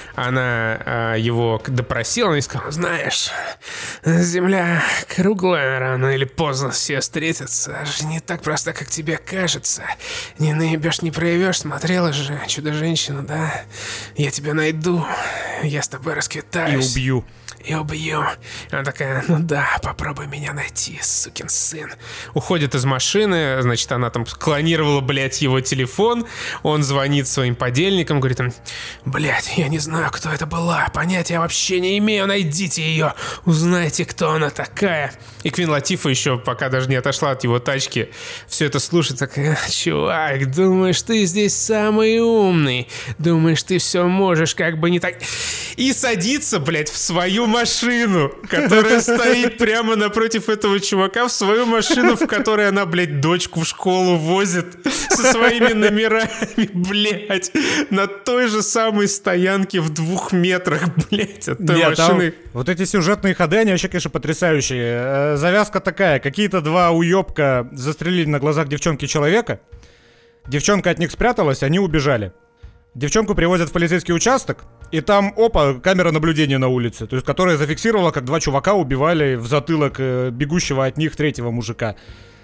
A: Она его допросила и сказала: знаешь, Земля круглая, рано или поздно все встретятся. Не так просто, как тебе кажется. Не наебешь, не проявишь. Смотрела же «Чудо-женщина», да? Я тебя найду, я с тобой расквитаюсь.
B: И убью.
A: и убью. Она такая, ну да, попробуй меня найти, сукин сын. Уходит из машины, значит, она там клонировала, блядь, его телефон. Он звонит своим подельникам, говорит им, блядь, я не знаю, кто это была, понятия вообще не имею, найдите ее, узнайте, кто она такая. И Квин Латифа еще, пока даже не отошла от его тачки, все это слушает, такая, чувак, думаешь, ты здесь самый умный, думаешь, ты все можешь, как бы не так... И садится, блядь, в свою машину, которая стоит прямо напротив этого чувака, в свою машину, в которой она, блядь, дочку в школу возит со своими номерами, блядь, на той же самой стоянке в 2 метрах, блядь, от той машины.
B: Там, вот эти сюжетные ходы, они вообще, конечно, потрясающие. Завязка такая, какие-то 2 уёбка застрелили на глазах девчонки человека, девчонка от них спряталась, они убежали. Девчонку привозят в полицейский участок, и там, опа, камера наблюдения на улице, то есть которая зафиксировала, как 2 чувака убивали в затылок бегущего от них 3-го мужика.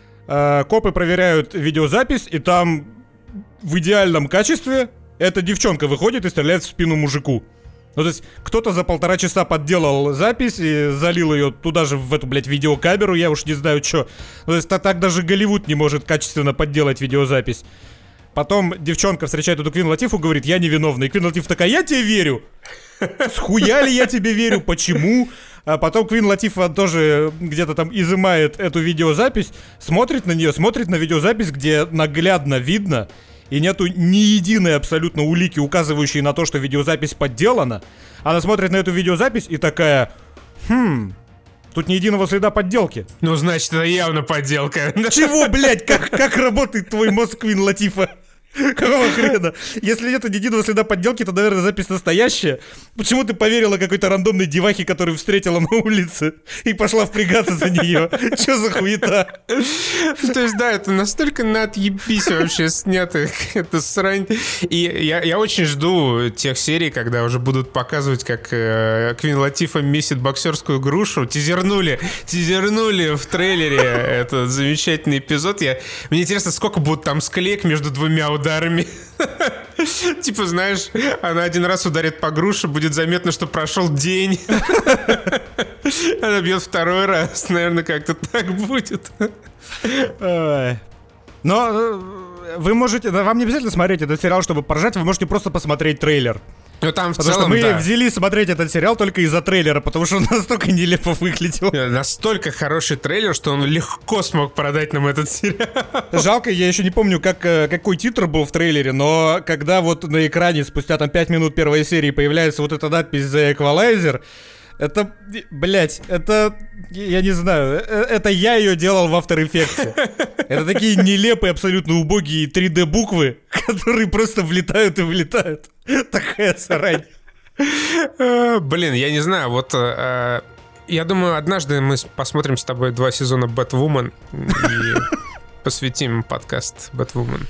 B: Копы проверяют видеозапись, и там в идеальном качестве эта девчонка выходит и стреляет в спину мужику. Ну, то есть кто-то за 1,5 часа подделал запись и залил ее туда же, в эту, блядь, видеокамеру, я уж не знаю, что. Ну, то есть так даже Голливуд не может качественно подделать видеозапись. Потом девчонка встречает эту Квин Латифу, говорит, я невиновна. И Квин Латиф такая, я тебе верю. Схуя ли я тебе верю? Почему? А потом Квин Латифа тоже где-то там изымает эту видеозапись, смотрит на нее, смотрит на видеозапись, где наглядно видно, и нету ни единой абсолютно улики, указывающей на то, что видеозапись подделана. Она смотрит на эту видеозапись и такая, тут ни единого следа подделки.
A: Ну, значит, это явно подделка.
B: Чего, блядь, как работает твой мозг, Квин Латифа? Какого хрена? Если нет ни единого следа подделки, то, наверное, запись настоящая. Почему ты поверила какой-то рандомной девахе, которую встретила на улице, и пошла впрягаться за нее? Че за хуета?
A: То есть, да, это настолько на отъебись вообще снято, эта срань. И я очень жду тех серий, когда уже будут показывать, как Квин Латифа месит боксерскую грушу. Тизернули в трейлере этот замечательный эпизод. Мне интересно, сколько будет там склеек между 2 ударами. Типа, знаешь, она 1 раз ударит по груше, будет заметно, что прошел день. Она бьет 2 раз. Наверное, как-то так будет.
B: Но вы можете... Вам не обязательно смотреть этот сериал, чтобы поржать. Вы можете просто посмотреть трейлер.
A: Ну, там в
B: потому
A: целом,
B: что мы
A: да.
B: взялись смотреть этот сериал только из-за трейлера, потому что он настолько нелепо выглядел.
A: Настолько хороший трейлер, что он легко смог продать нам этот сериал.
B: Жалко, я еще не помню, какой титр был в трейлере, но когда вот на экране спустя там 5 минут первой серии появляется вот эта надпись The Equalizer, это, блять, это, я не знаю, это я ее делал в After Effects. Это такие нелепые, абсолютно убогие 3D буквы, которые просто влетают и вылетают. Такая срань.
A: Блин, я не знаю, вот я думаю, однажды мы посмотрим с тобой 2 сезона Batwoman и посвятим подкаст Batwoman.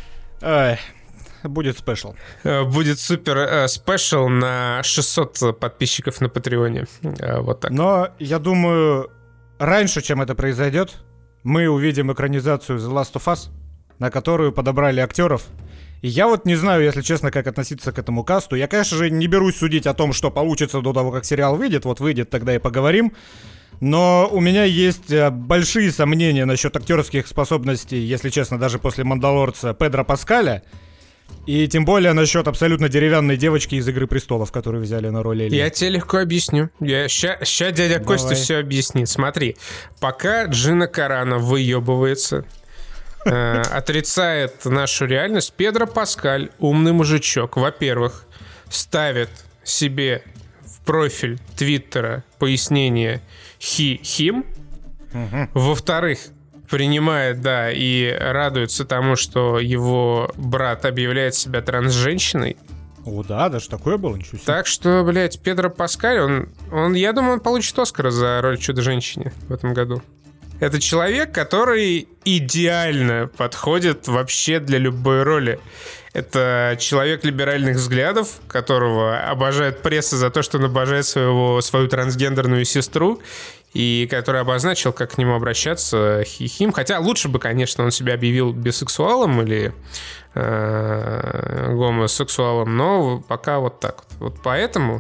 B: Будет спешл.
A: Будет супер спешл на 600 подписчиков на Патреоне. Вот так.
B: Но я думаю, раньше, чем это произойдет, мы увидим экранизацию The Last of Us, на которую подобрали актеров. И я вот не знаю, если честно, как относиться к этому касту. Я, конечно же, не берусь судить о том, что получится до того, как сериал выйдет. Вот выйдет, тогда и поговорим. Но у меня есть большие сомнения насчет актерских способностей, если честно, даже после «Мандалорца» Педро Паскаля. И тем более насчет абсолютно деревянной девочки из «Игры престолов», которую взяли на роль Элли.
A: Я тебе легко объясню. Ща дядя Костя все объяснит. Смотри, пока Джина Карана выебывается, отрицает нашу реальность, Педро Паскаль, умный мужичок, во-первых, ставит себе в профиль Твиттера пояснение «he-him», во-вторых, принимает, да, и радуется тому, что его брат объявляет себя трансженщиной.
B: О, да, даже такое было, ничего себе.
A: Так что, блядь, Педро Паскаль, он, я думаю, он получит Оскара за роль Чудо-женщины в этом году. Это человек, который идеально подходит вообще для любой роли. Это человек либеральных взглядов, которого обожает пресса за то, что он обожает свою трансгендерную сестру, и который обозначил, как к нему обращаться, хихим. Хотя лучше бы, конечно, он себя объявил бисексуалом или гомосексуалом, но пока вот так вот. Вот поэтому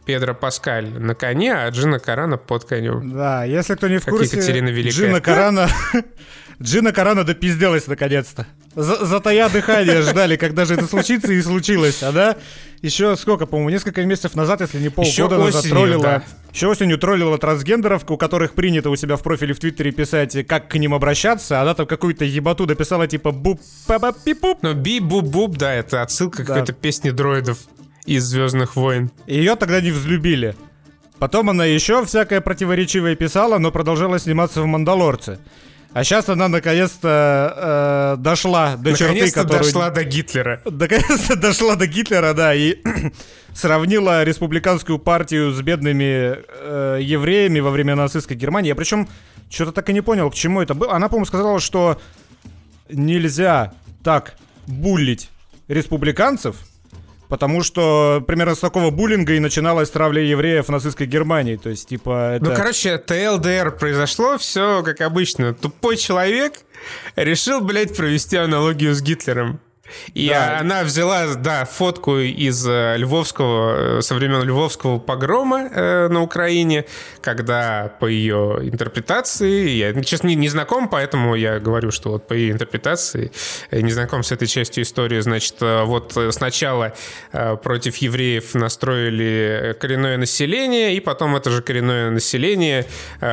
A: Педро Паскаль на коне, а Джина Карана под конем.
B: Да, если кто не в курсе,
A: Екатерина Великая.
B: Джина Карана допизделась наконец-то. Затая дыхание ждали, когда же это случится, и случилось. Она еще сколько, по-моему, несколько месяцев назад, если не полгода назад, троллила. Да. Еще осенью троллила трансгендеров, у которых принято у себя в профиле в Твиттере писать, как к ним обращаться. Она там какую-то ебату дописала, типа буп-па-па-пи-пуп.
A: Ну, би-буп-буп, да, это отсылка к какой-то песне дроидов из «Звездных войн».
B: Ее тогда не взлюбили. Потом она еще всякое противоречивое писала, но продолжала сниматься в «Мандалорце». А сейчас она наконец-то дошла до черты, которую...
A: дошла до Гитлера.
B: Наконец-то дошла до Гитлера, да, и сравнила республиканскую партию с бедными евреями во время нацистской Германии. Я причем что-то так и не понял, к чему это было. Она, по-моему, сказала, что нельзя так буллить республиканцев, потому что примерно с такого буллинга и начиналась травля евреев в нацистской Германии. То есть, типа, это...
A: Ну, короче, ТЛДР произошло, все как обычно. Тупой человек решил, блядь, провести аналогию с Гитлером. И да. Она взяла, да, фотку из со времен Львовского погрома на Украине, когда по ее интерпретации, я, честно, не знаком, поэтому я говорю, что вот по ее интерпретации, не знаком с этой частью истории, значит, вот сначала против евреев настроили коренное население, и потом это же коренное население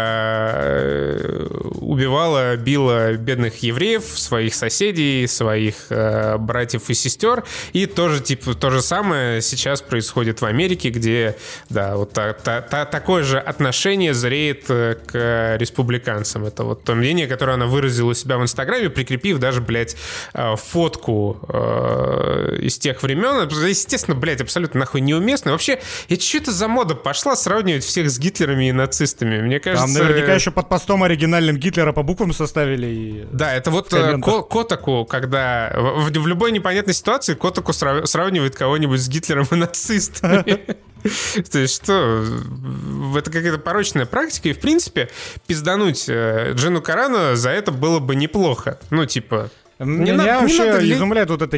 A: било бедных евреев, своих соседей, своих братьев и сестер, и тоже, типа, то же самое сейчас происходит в Америке, где, да, вот такое же отношение зреет к республиканцам. Это вот то мнение, которое она выразила у себя в Инстаграме, прикрепив даже, блядь, фотку из тех времен. Естественно, блядь, абсолютно нахуй неуместно. Вообще, это что это за мода пошла сравнивать всех с Гитлерами и нацистами? Мне кажется...
B: Там наверняка еще под постом оригинальным Гитлера по буквам составили. И...
A: Да, это вот Котаку, когда в любой непонятной ситуации Котаку сравнивает кого-нибудь с Гитлером и нацистами. То есть что? Это какая-то порочная практика, и в принципе пиздануть Джину Карану за это было бы неплохо. Ну, типа...
B: Меня вообще изумляет вот эта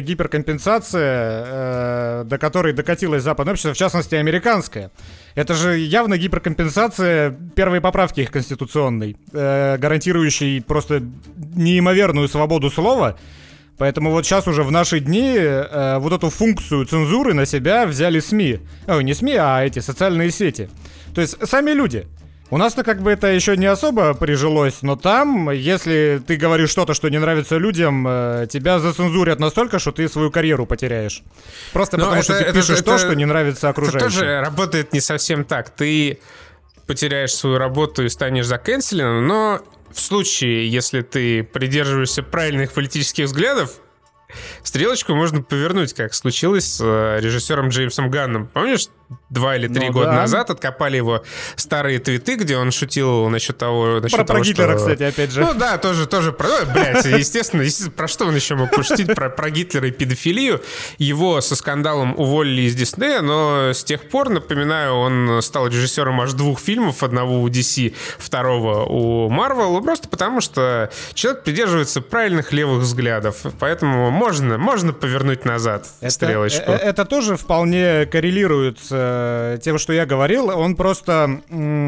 B: гиперкомпенсация, до которой докатилась западное общество, в частности, американская. Это же явно гиперкомпенсация первой поправки их конституционной, гарантирующей просто неимоверную свободу слова. Поэтому вот сейчас уже в наши дни вот эту функцию цензуры на себя взяли СМИ. Не СМИ, а эти социальные сети. То есть сами люди. У нас-то как бы это еще не особо прижилось, но там, если ты говоришь что-то, что не нравится людям, тебя зацензурят настолько, что ты свою карьеру потеряешь. Просто потому что ты пишешь то, что не нравится окружающим.
A: Это тоже работает не совсем так. Ты потеряешь свою работу и станешь закэнселенным, но в случае, если ты придерживаешься правильных политических взглядов, стрелочку можно повернуть, как случилось с режиссером Джеймсом Ганном. Помнишь, 2 или 3 года назад откопали его старые твиты, где он шутил насчет того,
B: про Гитлера, кстати, опять же.
A: Ну да, тоже блядь, естественно, про что он еще мог пошутить? Про Гитлера и педофилию. Его со скандалом уволили из Диснея, но с тех пор, напоминаю, он стал режиссером аж 2 фильмов, одного у DC, второго у Marvel, просто потому что человек придерживается правильных левых взглядов, поэтому можно повернуть назад стрелочку.
B: Это тоже вполне коррелирует с тем, что я говорил. Он просто...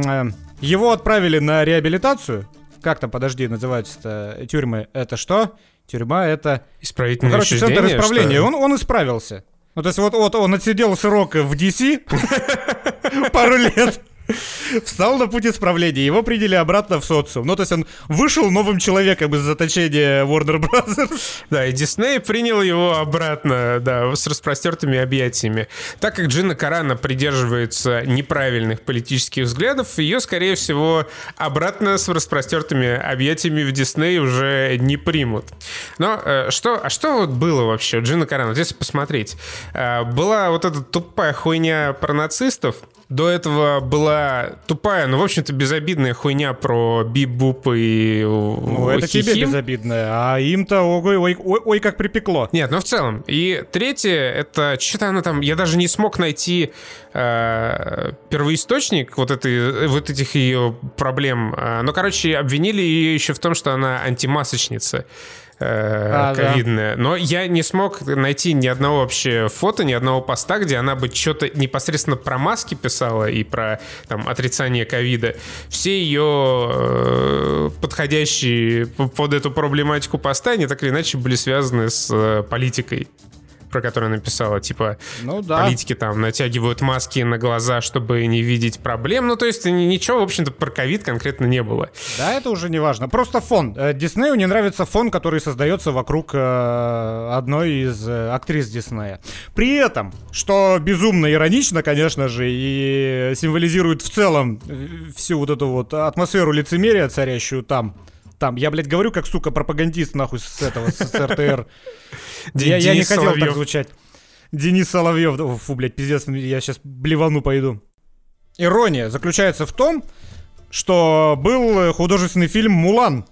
B: Его отправили на реабилитацию. Как там, подожди, называются-то тюрьмы? Это что? Тюрьма — это...
A: Исправительное учреждение,
B: центр исправления. Он исправился. Ну, то есть вот он отсидел срок в DC пару лет. Встал на путь исправления, его приняли обратно в социум. Ну, то есть он вышел новым человеком из заточения Warner Brothers.
A: Да, и Дисней принял его обратно, да, с распростертыми объятиями. Так как Джина Карана придерживается неправильных политических взглядов, ее, скорее всего, обратно с распростертыми объятиями в Дисней уже не примут. Но что вот было вообще Джина Карана? Вот если посмотреть, была вот эта тупая хуйня про нацистов. До этого была тупая, но, в общем-то, безобидная хуйня про Бип-Буп и
B: это тебе безобидная, а им-то ой, как припекло.
A: Нет, ну в целом. И третье, это что-то она там... Я даже не смог найти первоисточник вот этих ее проблем. Но, короче, обвинили ее еще в том, что она антимасочница. ковидное. Но я не смог найти ни одного вообще фото, ни одного поста, где она бы что-то непосредственно про маски писала и про там отрицание ковида. Все ее подходящие под эту проблематику поста, они так или иначе были связаны с политикой, про которую написала, типа, политики там натягивают маски на глаза, чтобы не видеть проблем. Ну, то есть ничего, в общем-то, про ковид конкретно не было.
B: Да, это уже не важно. Просто фон. Диснею не нравится фон, который создается вокруг одной из актрис Диснея. При этом, что безумно иронично, конечно же, и символизирует в целом всю вот эту вот атмосферу лицемерия, царящую там. Я, блядь, говорю, как, сука, пропагандист, нахуй, с РТР. Я не хотел так звучать. Денис Соловьев. Фу, блядь, пиздец, я сейчас блевану пойду. Ирония заключается в том, что был художественный фильм «Мулан».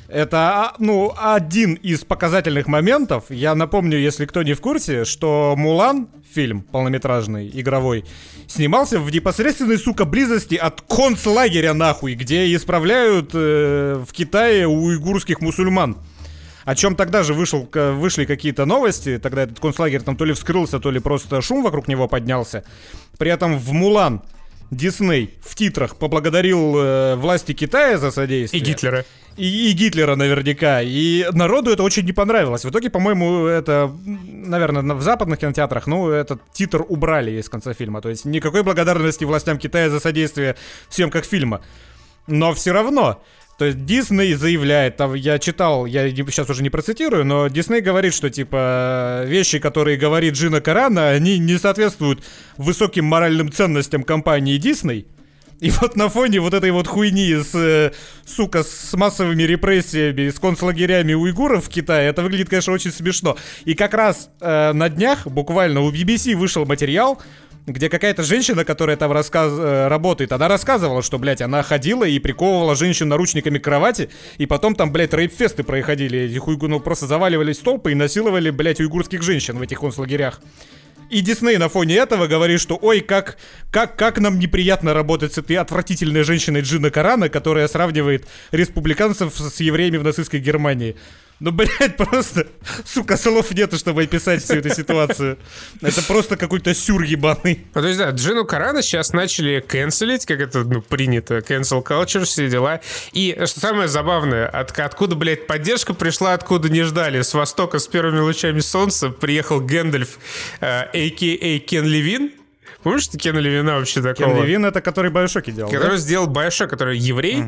B: Это, один из показательных моментов. Я напомню, если кто не в курсе, что «Мулан», фильм полнометражный, игровой, снимался в непосредственной, сука, близости от концлагеря, нахуй, где исправляют в Китае уйгурских мусульман. О чем тогда же вышли какие-то новости. Тогда этот концлагерь там то ли вскрылся, то ли просто шум вокруг него поднялся. При этом в «Мулан» Дисней в титрах поблагодарил власти Китая за содействие.
A: И Гитлера.
B: И Гитлера наверняка. И народу это очень не понравилось. В итоге, по-моему, это, наверное, в западных кинотеатрах, этот титр убрали из конца фильма. То есть никакой благодарности властям Китая за содействие в съемках фильма. Но все равно... То есть Дисней заявляет, там я читал, я сейчас уже не процитирую, но Дисней говорит, что типа вещи, которые говорит Джина Карана, они не соответствуют высоким моральным ценностям компании Дисней. И вот на фоне вот этой вот хуйни с массовыми репрессиями, с концлагерями уйгуров в Китае, это выглядит, конечно, очень смешно. И как раз на днях, буквально, у BBC вышел материал, где какая-то женщина, которая там работает, она рассказывала, что, блядь, она ходила и приковывала женщин наручниками к кровати, и потом там, блядь, рейп-фесты происходили, просто заваливались в толпы и насиловали, блядь, уйгурских женщин в этих концлагерях. И Дисней на фоне этого говорит, что ой, как нам неприятно работать с этой отвратительной женщиной Джина Карана, которая сравнивает республиканцев с евреями в нацистской Германии. Ну, блядь, просто, сука, слов нету, чтобы описать всю эту ситуацию. Это просто какой-то сюр ебаный.
A: То есть, да, Джину Карана сейчас начали канцелить, как это, принято, cancel culture, все дела. И, что самое забавное, откуда, блядь, поддержка пришла, откуда не ждали. С востока, с первыми лучами солнца приехал Гэндальф, а.к.а. Кен Левин. Помнишь, что Кена Левина вообще такого?
B: Кен Левин — это который Bioshock делал,
A: который сделал Bioshock, который еврей.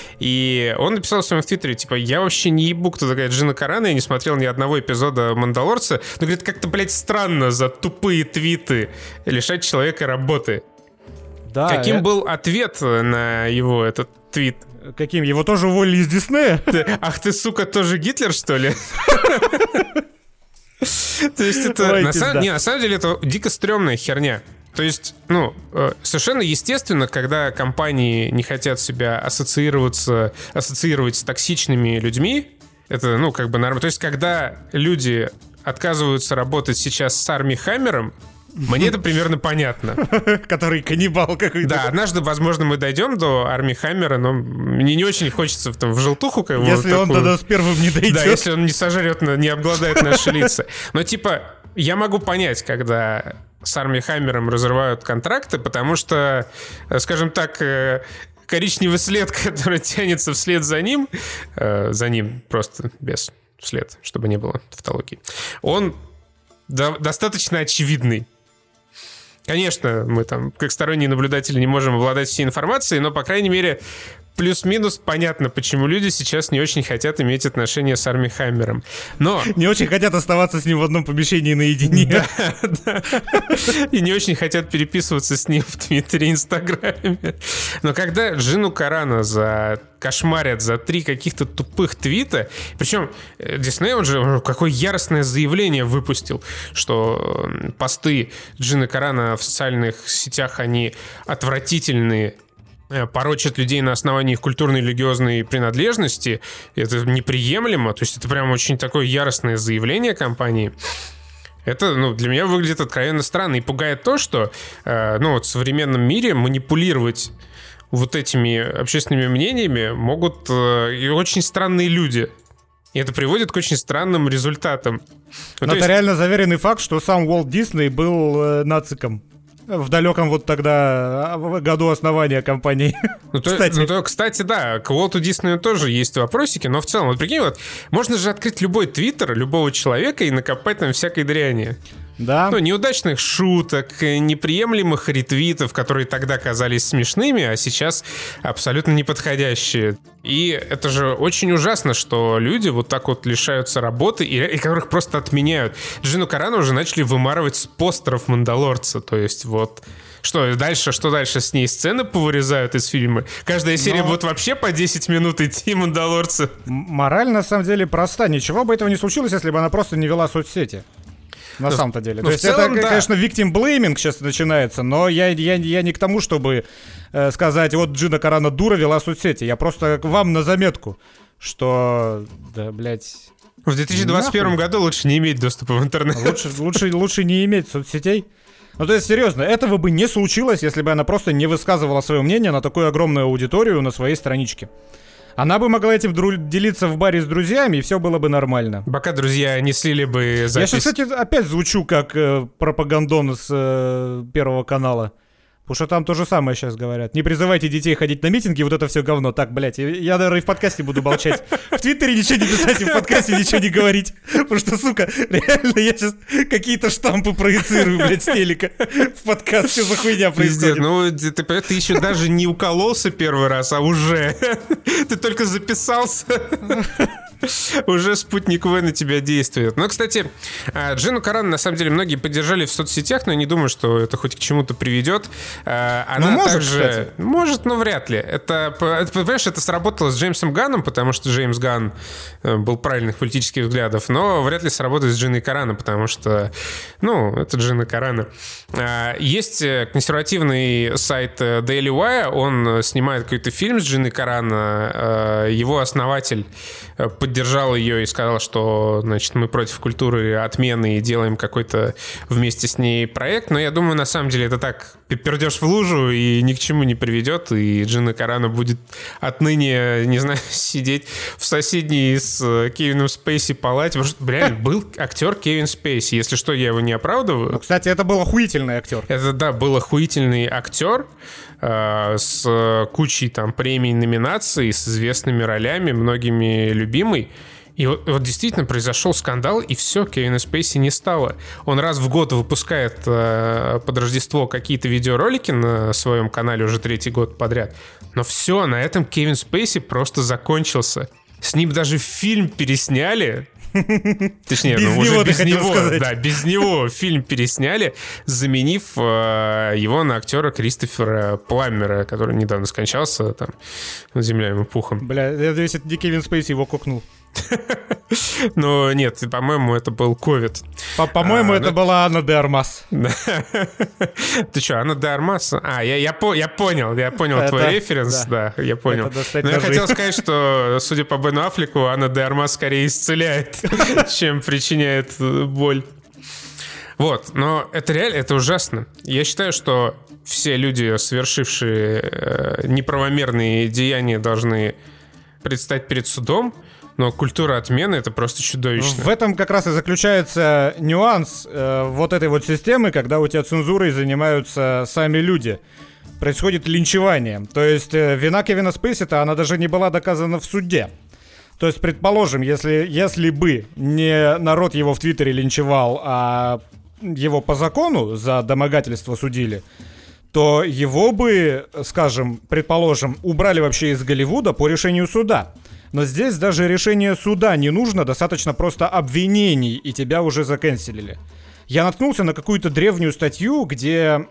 A: И он написал в своем твиттере, типа, я вообще не ебу, кто такая Джина Карана, я не смотрел ни одного эпизода «Мандалорца». Но, говорит, как-то, блядь, странно за тупые твиты лишать человека работы. Да, каким был ответ на его этот твит?
B: Каким? Его тоже уволили из Диснея?
A: Ах ты, сука, тоже Гитлер, что ли? То есть это... На самом деле это дико стрёмная херня. То есть, совершенно естественно, когда компании не хотят себя ассоциировать с токсичными людьми, это, нормально. То есть, когда люди отказываются работать сейчас с Арми Хаммером, мне это примерно понятно.
B: Который каннибал какой-то.
A: Да, однажды, возможно, мы дойдем до Арми Хаммера, но мне не очень хочется в желтуху.
B: Если он до нас первым не дойдет.
A: Да, если он не сожрет, не обгладает наши лица. Но, я могу понять, когда с Арми Хаммером разрывают контракты, потому что, скажем так, коричневый след, который тянется вслед за ним просто без след, чтобы не было тавтологии, он достаточно очевидный. Конечно, мы там, как сторонние наблюдатели, не можем обладать всей информацией, но, по крайней мере, плюс-минус понятно, почему люди сейчас не очень хотят иметь отношения с Арми Хаммером. Но...
B: Не очень хотят оставаться с ним в одном помещении наедине.
A: Да. И не очень хотят переписываться с ним в Твиттере и Инстаграме. Но когда Джину Карана кошмарят за 3 каких-то тупых твита, причем Дисней, он же какое яростное заявление выпустил, что посты Джины Карана в социальных сетях, они отвратительные, порочат людей на основании их культурной и религиозной принадлежности. Это неприемлемо. То есть это прям очень такое яростное заявление компании. Это, для меня выглядит откровенно странно. И пугает то, что в современном мире манипулировать вот этими общественными мнениями могут и очень странные люди. И это приводит к очень странным результатам.
B: Нотариально заверенный факт, что сам Уолт Дисней был нациком. В далеком вот тогда году основания компании.
A: Кстати, да, к Уолту Диснею тоже есть вопросики, но в целом, вот прикинь, вот можно же открыть любой твиттер любого человека и накопать там всякой дряни.
B: Да.
A: Неудачных шуток, неприемлемых ретвитов, которые тогда казались смешными, а сейчас абсолютно неподходящие. И это же очень ужасно, что люди вот так вот лишаются работы и которых просто отменяют. Джину Карану уже начали вымарывать с постеров «Мандалорца». То есть вот... Что дальше с ней? Сцены повырезают из фильма? Каждая серия будет вообще по 10 минут идти «Мандалорца».
B: Мораль на самом деле проста. Ничего бы этого не случилось, если бы она просто не вела соцсети. На самом-то деле. То есть целом, это, конечно, victim blaming сейчас начинается, но я не к тому, чтобы сказать, вот Джина Карана дура, вела соцсети. Я просто вам на заметку, что, да, блядь...
A: В 2021 году лучше не иметь доступа в интернет.
B: Лучше не иметь соцсетей. Ну, то есть, серьезно, этого бы не случилось, если бы она просто не высказывала свое мнение на такую огромную аудиторию на своей страничке. Она бы могла этим делиться в баре с друзьями, и все было бы нормально.
A: Пока друзья не слили бы запись.
B: Я сейчас, кстати, опять звучу как пропагандон с Первого канала. Потому что там то же самое сейчас говорят. Не призывайте детей ходить на митинги, вот это все говно. Так, блядь, я, наверное, и в подкасте буду молчать. В Твиттере ничего не писать, и в подкасте ничего не говорить. Потому что, сука, реально я сейчас какие-то штампы проецирую, блядь, с телека. В подкаст что за хуйня происходит.
A: Ну, ты еще даже не укололся первый раз, а уже. Ты только записался. Уже спутник В на тебя действует. Но, кстати, Джину Карану, на самом деле, многие поддержали в соцсетях, но я не думаю, что это хоть к чему-то приведет. Она
B: может,
A: также...
B: кстати.
A: Может, но вряд ли. Понимаешь, это сработало с Джеймсом Ганном, потому что Джеймс Ганн был правильных политических взглядов, но вряд ли сработает с Джиной Карану, потому что, это Джина Карана. Есть консервативный сайт Daily Wire, он снимает какой-то фильм с Джиной Карана, его основатель поддержал ее и сказал, что, значит, мы против культуры отмены и делаем какой-то вместе с ней проект. Но я думаю, на самом деле это так, пердешь в лужу и ни к чему не приведет, и Джина Карана будет отныне, не знаю, сидеть в соседней с Кевином Спейси палате, потому что, реально, был актер Кевин Спейси. Если что, я его не оправдываю.
B: Ну, кстати, это был охуительный актер.
A: Это, да, был охуительный актер с кучей там премий, номинаций, с известными ролями, многими любимый. И вот действительно произошел скандал, и все, Кевина Спейси не стало. Он раз в год выпускает под Рождество какие-то видеоролики на своем канале уже 3-й год подряд. Но все, на этом Кевин Спейси просто закончился. С ним даже фильм пересняли. Точнее, без него фильм пересняли, заменив его на актера Кристофера Пламмера, который недавно скончался там земля ему пухом.
B: Бля, я надеюсь, это не Кевин Спейси его кокнул.
A: Но нет, по-моему, это был ковид.
B: По-моему, это была Анна де Армас.
A: Ты что, Анна де Армас? Я понял твой референс, да, я понял. Но я хотел сказать, что, судя по Бену Аффлеку, Анна де Армас скорее исцеляет, чем причиняет боль. Вот, но это реально, это ужасно. Я считаю, что все люди, совершившие неправомерные деяния, должны предстать перед судом. Но культура отмены — это просто чудовищно.
B: В этом как раз и заключается нюанс вот этой вот системы, когда у тебя цензурой занимаются сами люди. Происходит линчевание. То есть вина Кевина Спейси-то, она даже не была доказана в суде. То есть, предположим, если бы не народ его в Твиттере линчевал, а его по закону за домогательство судили, то его бы, скажем, предположим, убрали вообще из Голливуда по решению суда. Но здесь даже решение суда не нужно, достаточно просто обвинений, и тебя уже закэнселили. Я наткнулся на какую-то древнюю статью, где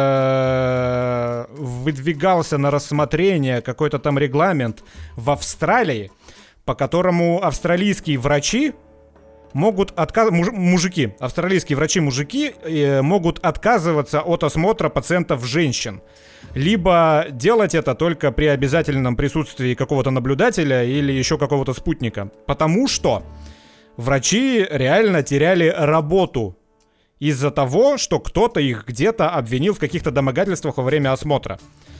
B: выдвигался на рассмотрение какой-то там регламент в Австралии, по которому австралийские врачи могут австралийские врачи-мужики могут отказываться от осмотра пациентов женщин. Либо делать это только при обязательном присутствии какого-то наблюдателя или еще какого-то спутника. Потому что врачи реально теряли работу из-за того, что кто-то их где-то обвинил в каких-то домогательствах во время осмотра.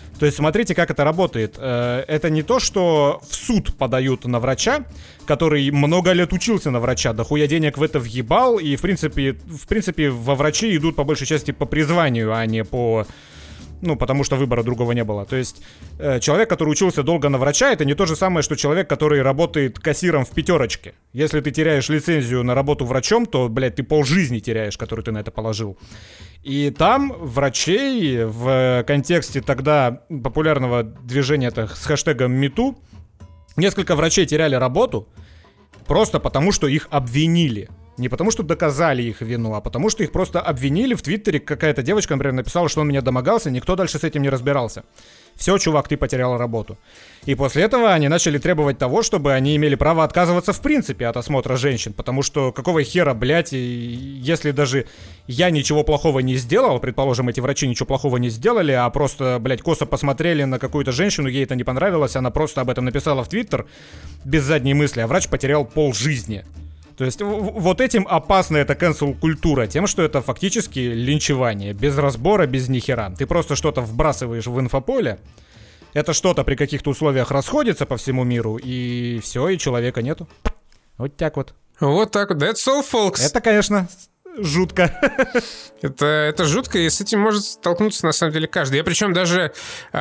B: То есть смотрите, как это работает. Это не то, что в суд подают на врача, который много лет учился на врача, дохуя денег в это въебал, и в принципе во врачи идут по большей части по призванию, а не по... потому что выбора другого не было. То есть человек, который учился долго на врача, это не то же самое, что человек, который работает кассиром в пятерочке. Если ты теряешь лицензию на работу врачом, то, блядь, ты полжизни теряешь, которую ты на это положил. И там врачей в контексте тогда популярного движения с хэштегом #MeToo несколько врачей теряли работу просто потому, что их обвинили. Не потому, что доказали их вину, а потому, что их просто обвинили. В Твиттере какая-то девочка, например, написала, что он меня домогался, никто дальше с этим не разбирался. Все, чувак, ты потерял работу. И после этого они начали требовать того, чтобы они имели право отказываться в принципе от осмотра женщин. Потому что какого хера, блядь, если даже я ничего плохого не сделал, предположим, эти врачи ничего плохого не сделали, а просто, блядь, косо посмотрели на какую-то женщину, ей это не понравилось, она просто об этом написала в Твиттер без задней мысли, а врач потерял полжизни. То есть вот этим опасна эта cancel-культура, тем, что это фактически линчевание, без разбора, без нихера. Ты просто что-то вбрасываешь в инфополе, это что-то при каких-то условиях расходится по всему миру, и все, и человека нету. Вот так вот.
A: Вот так вот. That's all, folks.
B: Это, конечно, жутко.
A: Это жутко, и с этим может столкнуться, на самом деле, каждый. Я причем даже...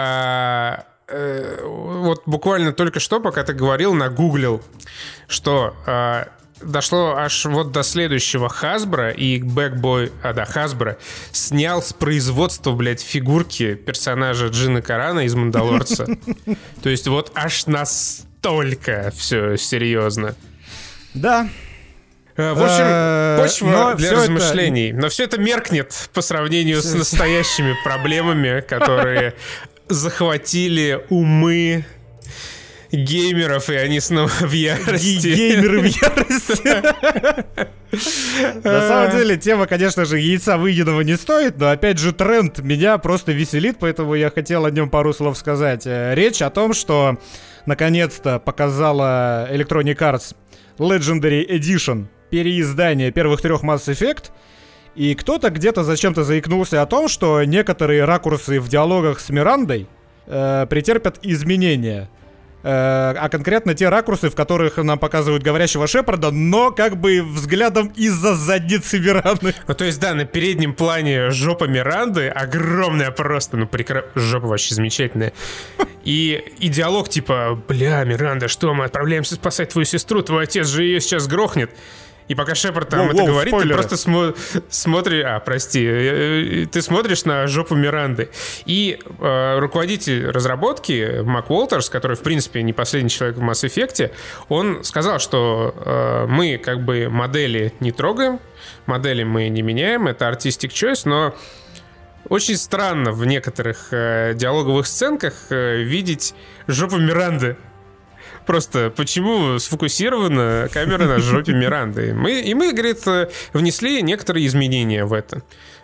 A: вот буквально только что, пока ты говорил, нагуглил, что... дошло аж вот до следующего. Hasbro и Backboy, Hasbro снял с производства, блядь, фигурки персонажа Джина Карана из «Мандалорца». То есть вот аж настолько все серьезно.
B: Да.
A: В общем, почва для размышлений. Но все это меркнет по сравнению с настоящими проблемами, которые захватили умы геймеров, и они снова в ярости.
B: Геймеры в ярости. На самом деле, тема, конечно же, яйца выеденного не стоит, но, опять же, тренд меня просто веселит, поэтому я хотел о нем пару слов сказать. Речь о том, что наконец-то показала Electronic Arts Legendary Edition переиздание первых 3 Mass Effect, и кто-то где-то зачем-то заикнулся о том, что некоторые ракурсы в диалогах с Мирандой претерпят изменения. А конкретно те ракурсы, в которых нам показывают говорящего Шепарда, но как бы взглядом из-за задницы Миранды.
A: Ну, то есть, да, на переднем плане жопа Миранды огромная просто, жопа вообще замечательная. И диалог типа: бля, Миранда, что, мы отправляемся спасать твою сестру, твой отец же ее сейчас грохнет. И пока Шепард там это говорит, спойлеры. Ты просто смотришь... ты смотришь на жопу Миранды. И руководитель разработки Мак Уолтерс, который, в принципе, не последний человек в Mass Effect, он сказал, что мы как бы модели не трогаем, модели мы не меняем, это artistic choice, но очень странно в некоторых диалоговых сценках видеть жопу Миранды. Просто почему сфокусирована камера на жопе Миранды? Мы, говорит, внесли некоторые изменения в это.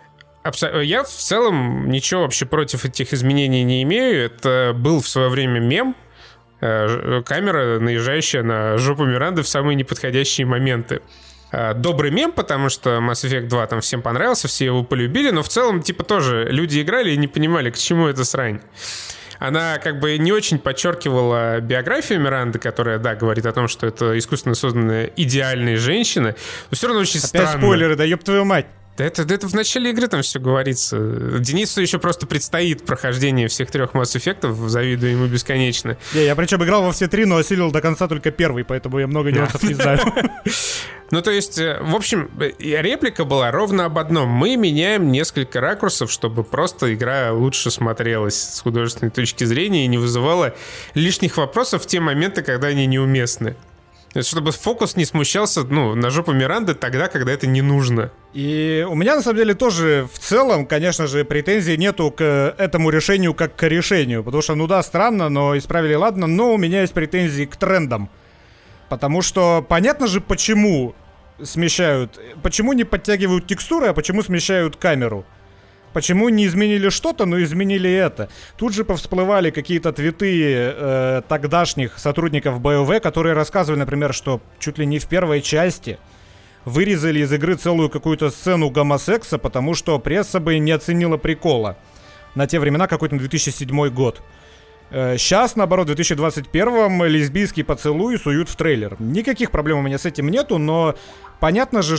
A: Я в целом ничего вообще против этих изменений не имею. Это был в свое время мем. Камера, наезжающая на жопу Миранды в самые неподходящие моменты. Добрый мем, потому что Mass Effect 2 там всем понравился, все его полюбили, но в целом, типа, тоже люди играли и не понимали, к чему эта срань. Она как бы не очень подчеркивала биографию Миранды, которая, да, говорит о том, что это искусственно созданная идеальная женщина, но все равно очень странно.
B: Опять спойлеры, да ёб твою мать.
A: Да это в начале игры там все говорится. Денису еще просто предстоит прохождение всех 3 Mass Effect'ов, завидую ему бесконечно.
B: Я причем играл во все 3, но осилил до конца только 1, поэтому я много нюансов не знаю.
A: Ну, то есть, в общем, реплика была ровно об одном. Мы меняем несколько ракурсов, чтобы просто игра лучше смотрелась с художественной точки зрения и не вызывала лишних вопросов в те моменты, когда они неуместны. Чтобы фокус не смущался, на жопу Миранды тогда, когда это не нужно.
B: И у меня, на самом деле, тоже в целом, конечно же, претензий нету к этому решению как к решению. Потому что, странно, но исправили, ладно. Но у меня есть претензии к трендам. Потому что понятно же, почему смещают, почему не подтягивают текстуры, а почему смещают камеру. Почему не изменили что-то, но изменили это? Тут же повсплывали какие-то твиты тогдашних сотрудников BioWare, которые рассказывали, например, что чуть ли не в первой части вырезали из игры целую какую-то сцену гомосекса, потому что пресса бы не оценила прикола. на те времена какой-то 2007 год. Сейчас, наоборот, в 2021-м лесбийский поцелуй суют в трейлер. Никаких проблем у меня с этим нету, но понятно же,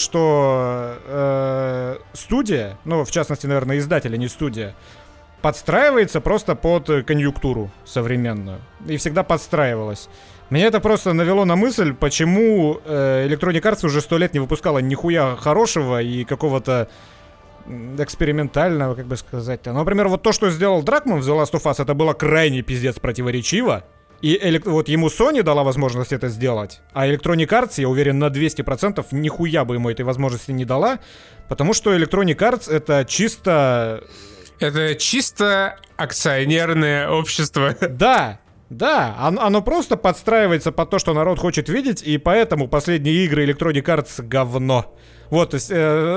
B: что студия, ну, в частности, наверное, издатель, а не студия, подстраивается просто под конъюнктуру современную. И всегда подстраивалась. Меня это просто навело на мысль, почему Electronic Arts уже 100 лет не выпускала нихуя хорошего и какого-то экспериментального, как бы сказать-то. Ну, например, вот то, что сделал Дракман в The Last of Us, это было крайне пиздец противоречиво. И вот ему Sony дала возможность это сделать, а Electronic Arts, я уверен, на 200% нихуя бы ему этой возможности не дала, потому что Electronic Arts это чисто...
A: Это чисто акционерное общество.
B: Да, оно просто подстраивается под то, что народ хочет видеть, и поэтому последние игры Electronic Arts говно. Вот, то есть,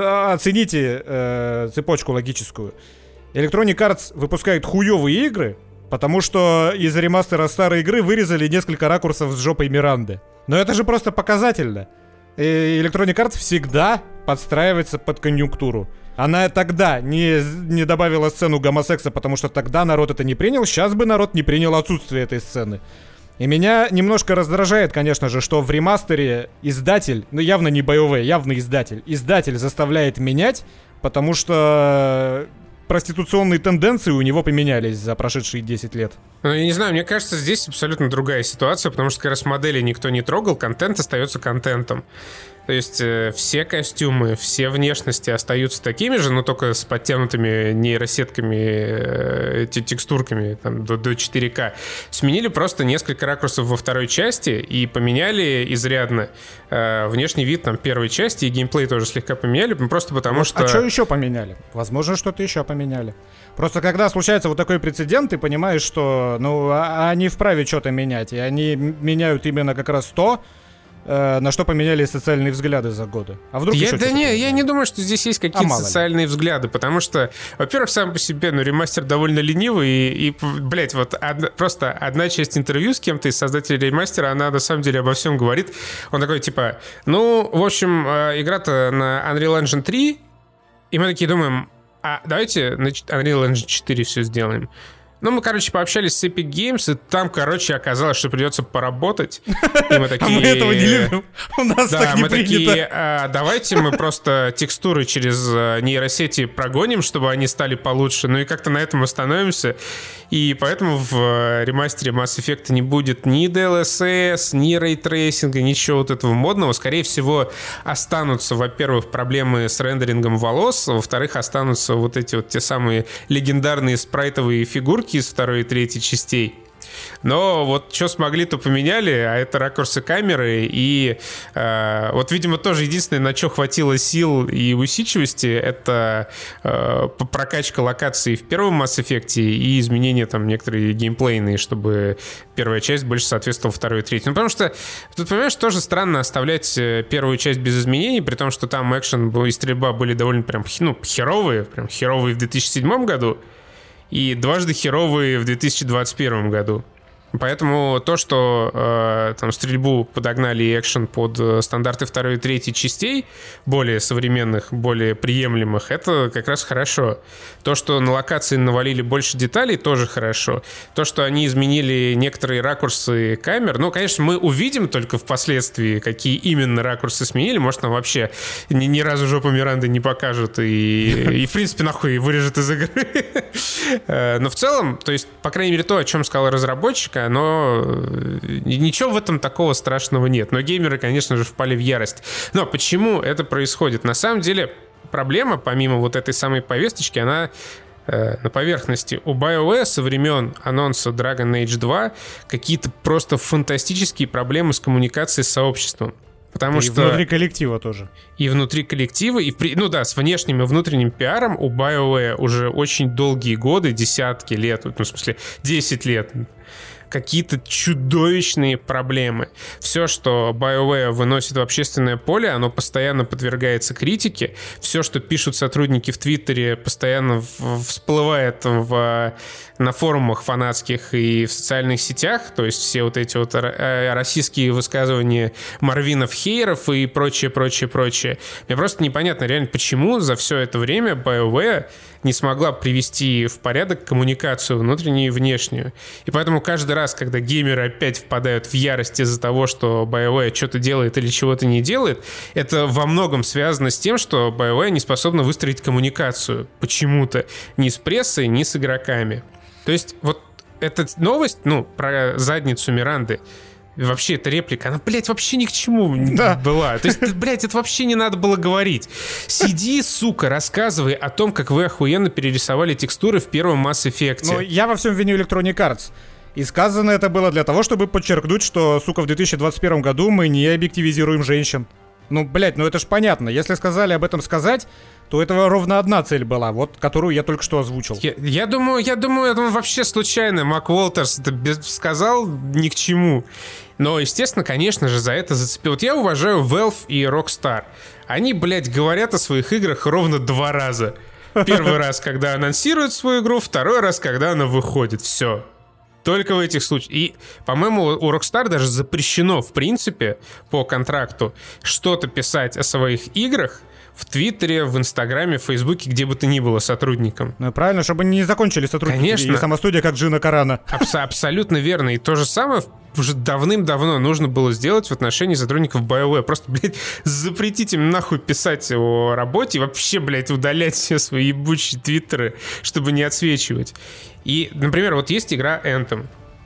B: оцените цепочку логическую. Electronic Arts выпускает хуёвые игры, потому что из ремастера старой игры вырезали несколько ракурсов с жопой Миранды. Но это же просто показательно. И Electronic Arts всегда подстраивается под конъюнктуру. Она тогда не добавила сцену гомосекса, потому что тогда народ это не принял. Сейчас бы народ не принял отсутствие этой сцены. И меня немножко раздражает, конечно же, что в ремастере издатель, ну явно не BioWare, явно издатель заставляет менять, потому что проституционные тенденции у него поменялись за прошедшие 10 лет.
A: Ну, я не знаю, мне кажется, здесь абсолютно другая ситуация, потому что как раз модели никто не трогал, контент остается контентом. То есть все костюмы, все внешности остаются такими же, но только с подтянутыми нейросетками, текстурками там, до 4К. Сменили просто несколько ракурсов во второй части и поменяли изрядно внешний вид там, первой части, и геймплей тоже слегка поменяли, просто потому что...
B: А что еще поменяли? Возможно, что-то еще поменяли. Просто когда случается вот такой прецедент, ты понимаешь, что они вправе что-то менять, и они меняют именно как раз то, на что поменялись социальные взгляды за годы. А вдруг
A: я не думаю, что здесь есть какие-то социальные взгляды, потому что, во-первых, сам по себе, ремастер довольно ленивый, и блять, вот просто одна часть интервью с кем-то из создателей ремастера, она на самом деле обо всем говорит. Он такой, типа, в общем, игра-то на Unreal Engine 3, и мы такие думаем, а давайте на Unreal Engine 4 все сделаем. Мы, пообщались с Epic Games, и там, оказалось, что придется поработать. И мы такие...
B: А мы этого не любим. У нас так не принято.
A: Такие, давайте мы просто текстуры через нейросети прогоним, чтобы они стали получше. И как-то на этом остановимся. И поэтому в ремастере Mass Effect не будет ни DLSS, ни рейтрейсинга, ничего вот этого модного. Скорее всего, останутся, во-первых, проблемы с рендерингом волос, во-вторых, останутся вот эти вот те самые легендарные спрайтовые фигурки из второй и третьей частей. Но вот что смогли, то поменяли, а это ракурсы камеры. И вот, видимо, тоже единственное, на что хватило сил и усидчивости, это прокачка локаций в первом Mass Effect и изменения там некоторые геймплейные, чтобы первая часть больше соответствовала второй и третьей. Потому что тут, понимаешь, тоже странно оставлять первую часть без изменений, при том, что там экшен и стрельба были довольно прям херовые в 2007 году. И дважды херовые в 2021 году. Поэтому то, что там стрельбу подогнали и экшен под стандарты второй и третьей частей, более современных, более приемлемых, это как раз хорошо. То, что на локации навалили больше деталей, тоже хорошо. То, что они изменили некоторые ракурсы камер, конечно, мы увидим только впоследствии, какие именно ракурсы сменили. Может, нам вообще ни разу жопу Миранды не покажут и в принципе, нахуй вырежет из игры. Но в целом, то есть, по крайней мере, то, о чем сказал разработчик, но ничего в этом такого страшного нет. Но геймеры, конечно же, впали в ярость. Но почему это происходит? На самом деле, проблема, помимо вот этой самой повесточки, она на поверхности. У BioWare со времен анонса Dragon Age 2 какие-то просто фантастические проблемы с коммуникацией с сообществом. Потому что...
B: внутри коллектива тоже.
A: И внутри коллектива, и с внешним и внутренним пиаром у BioWare уже очень долгие годы, десятки лет, в смысле 10 лет, какие-то чудовищные проблемы. Все, что BioWare выносит в общественное поле, оно постоянно подвергается критике. Все, что пишут сотрудники в Твиттере, постоянно всплывает на форумах фанатских и в социальных сетях. То есть все вот эти вот российские высказывания Марвинов, Хейеров и прочее. Мне просто непонятно реально, почему за все это время BioWare не смогла привести в порядок коммуникацию внутреннюю и внешнюю. И поэтому каждый раз, когда геймеры опять впадают в ярость из-за того, что BioWare что-то делает или чего-то не делает, это во многом связано с тем, что BioWare не способна выстроить коммуникацию почему-то ни с прессой, ни с игроками. То есть вот эта новость, про задницу Миранды, вообще эта реплика, она, блядь, вообще ни к чему была. То есть, блядь, это вообще не надо было говорить. Сиди, сука, рассказывай о том, как вы охуенно перерисовали текстуры в первом Mass Effect.
B: Но я во всем виню Electronic Arts. И сказано это было для того, чтобы подчеркнуть, что, сука, в 2021 году мы не объективизируем женщин. Это ж понятно. Если сказали об этом сказать, то этого ровно одна цель была, вот, которую я только что озвучил.
A: Я думаю, это вообще случайно. Мак Уолтерс это сказал ни к чему. Но, естественно, конечно же, за это зацепил. Вот я уважаю Valve и Rockstar. Они, блядь, говорят о своих играх ровно 2 раза. Первый раз, когда анонсируют свою игру, второй раз, когда она выходит. Все. Только в этих случаях. И, по-моему, у Rockstar даже запрещено, в принципе, по контракту, что-то писать о своих играх в Твиттере, в Инстаграме, в Фейсбуке, где бы то ни было сотрудникам.
B: Правильно, чтобы они не закончили сотрудники.
A: Конечно.
B: И сама студия, как Джина Карана.
A: Абсолютно верно. И то же самое уже давным-давно нужно было сделать в отношении сотрудников BioWare. Просто, блядь, запретить им нахуй писать о работе и вообще, блядь, удалять все свои ебучие твиттеры, чтобы не отсвечивать. И, например, вот есть игра Anthem.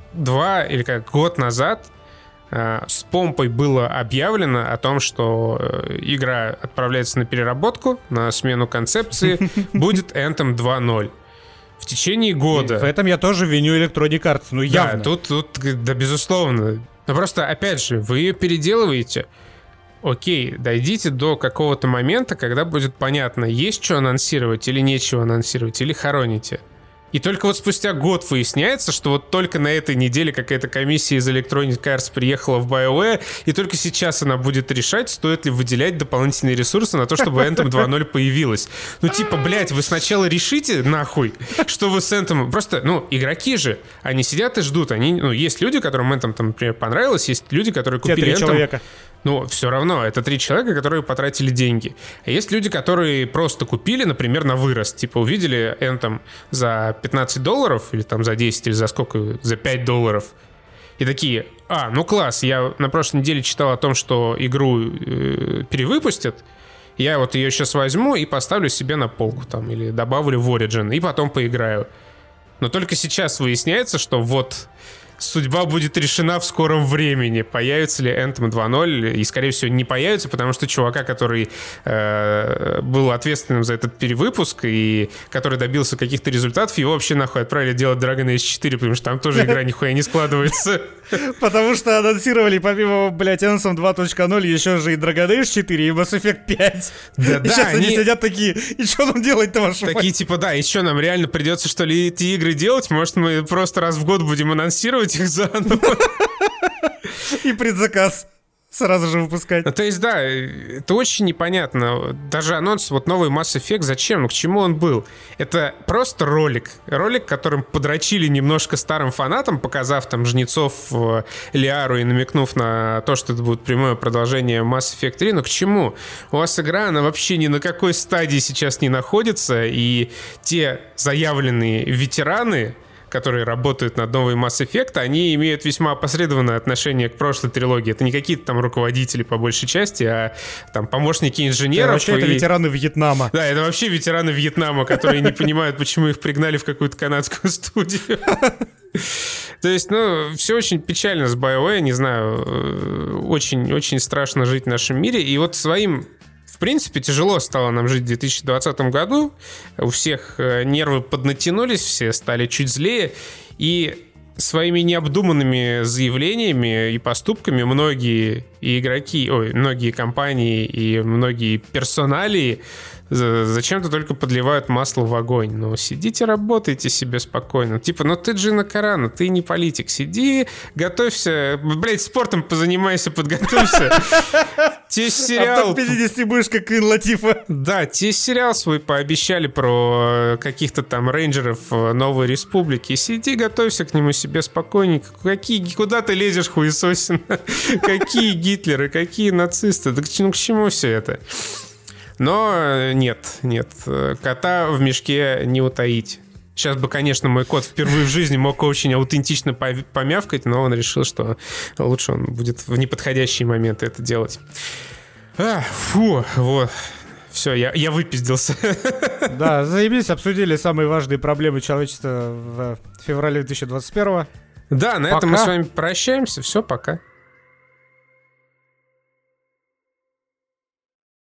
A: Год назад с помпой было объявлено о том, что игра отправляется на переработку, на смену концепции, будет Anthem 2.0. В течение года.
B: И в этом я тоже виню Electronic Arts, явно.
A: Да, тут, безусловно. Но просто, опять же, вы ее переделываете. Окей, дойдите до какого-то момента, когда будет понятно, есть что анонсировать или нечего анонсировать, или хороните. И только вот спустя год выясняется, что вот только на этой неделе какая-то комиссия из Electronic Arts приехала в BioWare, и только сейчас она будет решать, стоит ли выделять дополнительные ресурсы на то, чтобы Anthem 2.0 появилась. Блядь, вы сначала решите, нахуй, что вы с Anthem... Просто, игроки же, они сидят и ждут. Есть люди, которым Anthem, там, например, понравилось, есть люди, которые купили Anthem...
B: человека.
A: Все равно, это 3 человека, которые потратили деньги. А есть люди, которые просто купили, например, на вырост. Типа увидели Anthem за $15, или там за 10, или за сколько, за $5. И такие, класс, я на прошлой неделе читал о том, что игру перевыпустят. Я вот ее сейчас возьму и поставлю себе на полку там, или добавлю в Origin, и потом поиграю. Но только сейчас выясняется, что вот... судьба будет решена в скором времени. Появится ли Anthem 2.0? И, скорее всего, не появится, потому что чувака, который был ответственным за этот перевыпуск и который добился каких-то результатов, его вообще нахуй отправили делать Dragon Age 4, потому что там тоже игра нихуя не складывается.
B: Потому что анонсировали помимо, Anthem 2.0 еще же и Dragon Age 4 и Mass Effect 5. И сейчас они сидят такие, и что нам делать-то, вашу мать?
A: Такие типа, и что, нам реально придется, что ли, эти игры делать? Может, мы просто раз в год будем анонсировать их заново?
B: И предзаказ сразу же выпускать.
A: То есть, да, это очень непонятно. Даже анонс, новый Mass Effect, зачем? К чему он был? Это просто ролик. Ролик, которым подрочили немножко старым фанатам, показав там жнецов Лиару и намекнув на то, что это будет прямое продолжение Mass Effect 3. Но к чему? У вас игра, она вообще ни на какой стадии сейчас не находится, и те заявленные ветераны, которые работают над новой Mass Effect, они имеют весьма опосредованное отношение к прошлой трилогии. Это не какие-то там руководители по большей части, а там помощники инженеров.
B: Вообще это ветераны Вьетнама.
A: Да, это вообще ветераны Вьетнама, которые не понимают, почему их пригнали в какую-то канадскую студию. То есть, все очень печально с BioWare, не знаю, очень-очень страшно жить в нашем мире. И вот своим... В принципе, тяжело стало нам жить в 2020 году. У всех нервы поднатянулись, все стали чуть злее. И своими необдуманными заявлениями и поступками многие игроки, многие компании и многие персоналии зачем-то только подливают масло в огонь. Сидите, работайте себе спокойно. Ты Джина Карана, ты не политик. Сиди, готовься. Блять, спортом позанимайся, подготовься. Тебе сериал...
B: А в топ-50 будешь как Квин Латифа.
A: Да, тебе сериал свой пообещали про каких-то там рейнджеров Новой Республики. Сиди, готовься к нему себе спокойненько. Куда ты лезешь, хуесосина? Какие Гитлеры, какие нацисты? Да к чему все это? Но нет, кота в мешке не утаить. Сейчас бы, конечно, мой кот впервые в жизни мог очень аутентично помявкать, но он решил, что лучше он будет в неподходящие моменты это делать. Вот. Все, я выпиздился.
B: Да, заебись, обсудили самые важные проблемы человечества в феврале 2021.
A: Да, на этом мы с вами прощаемся. Все, пока.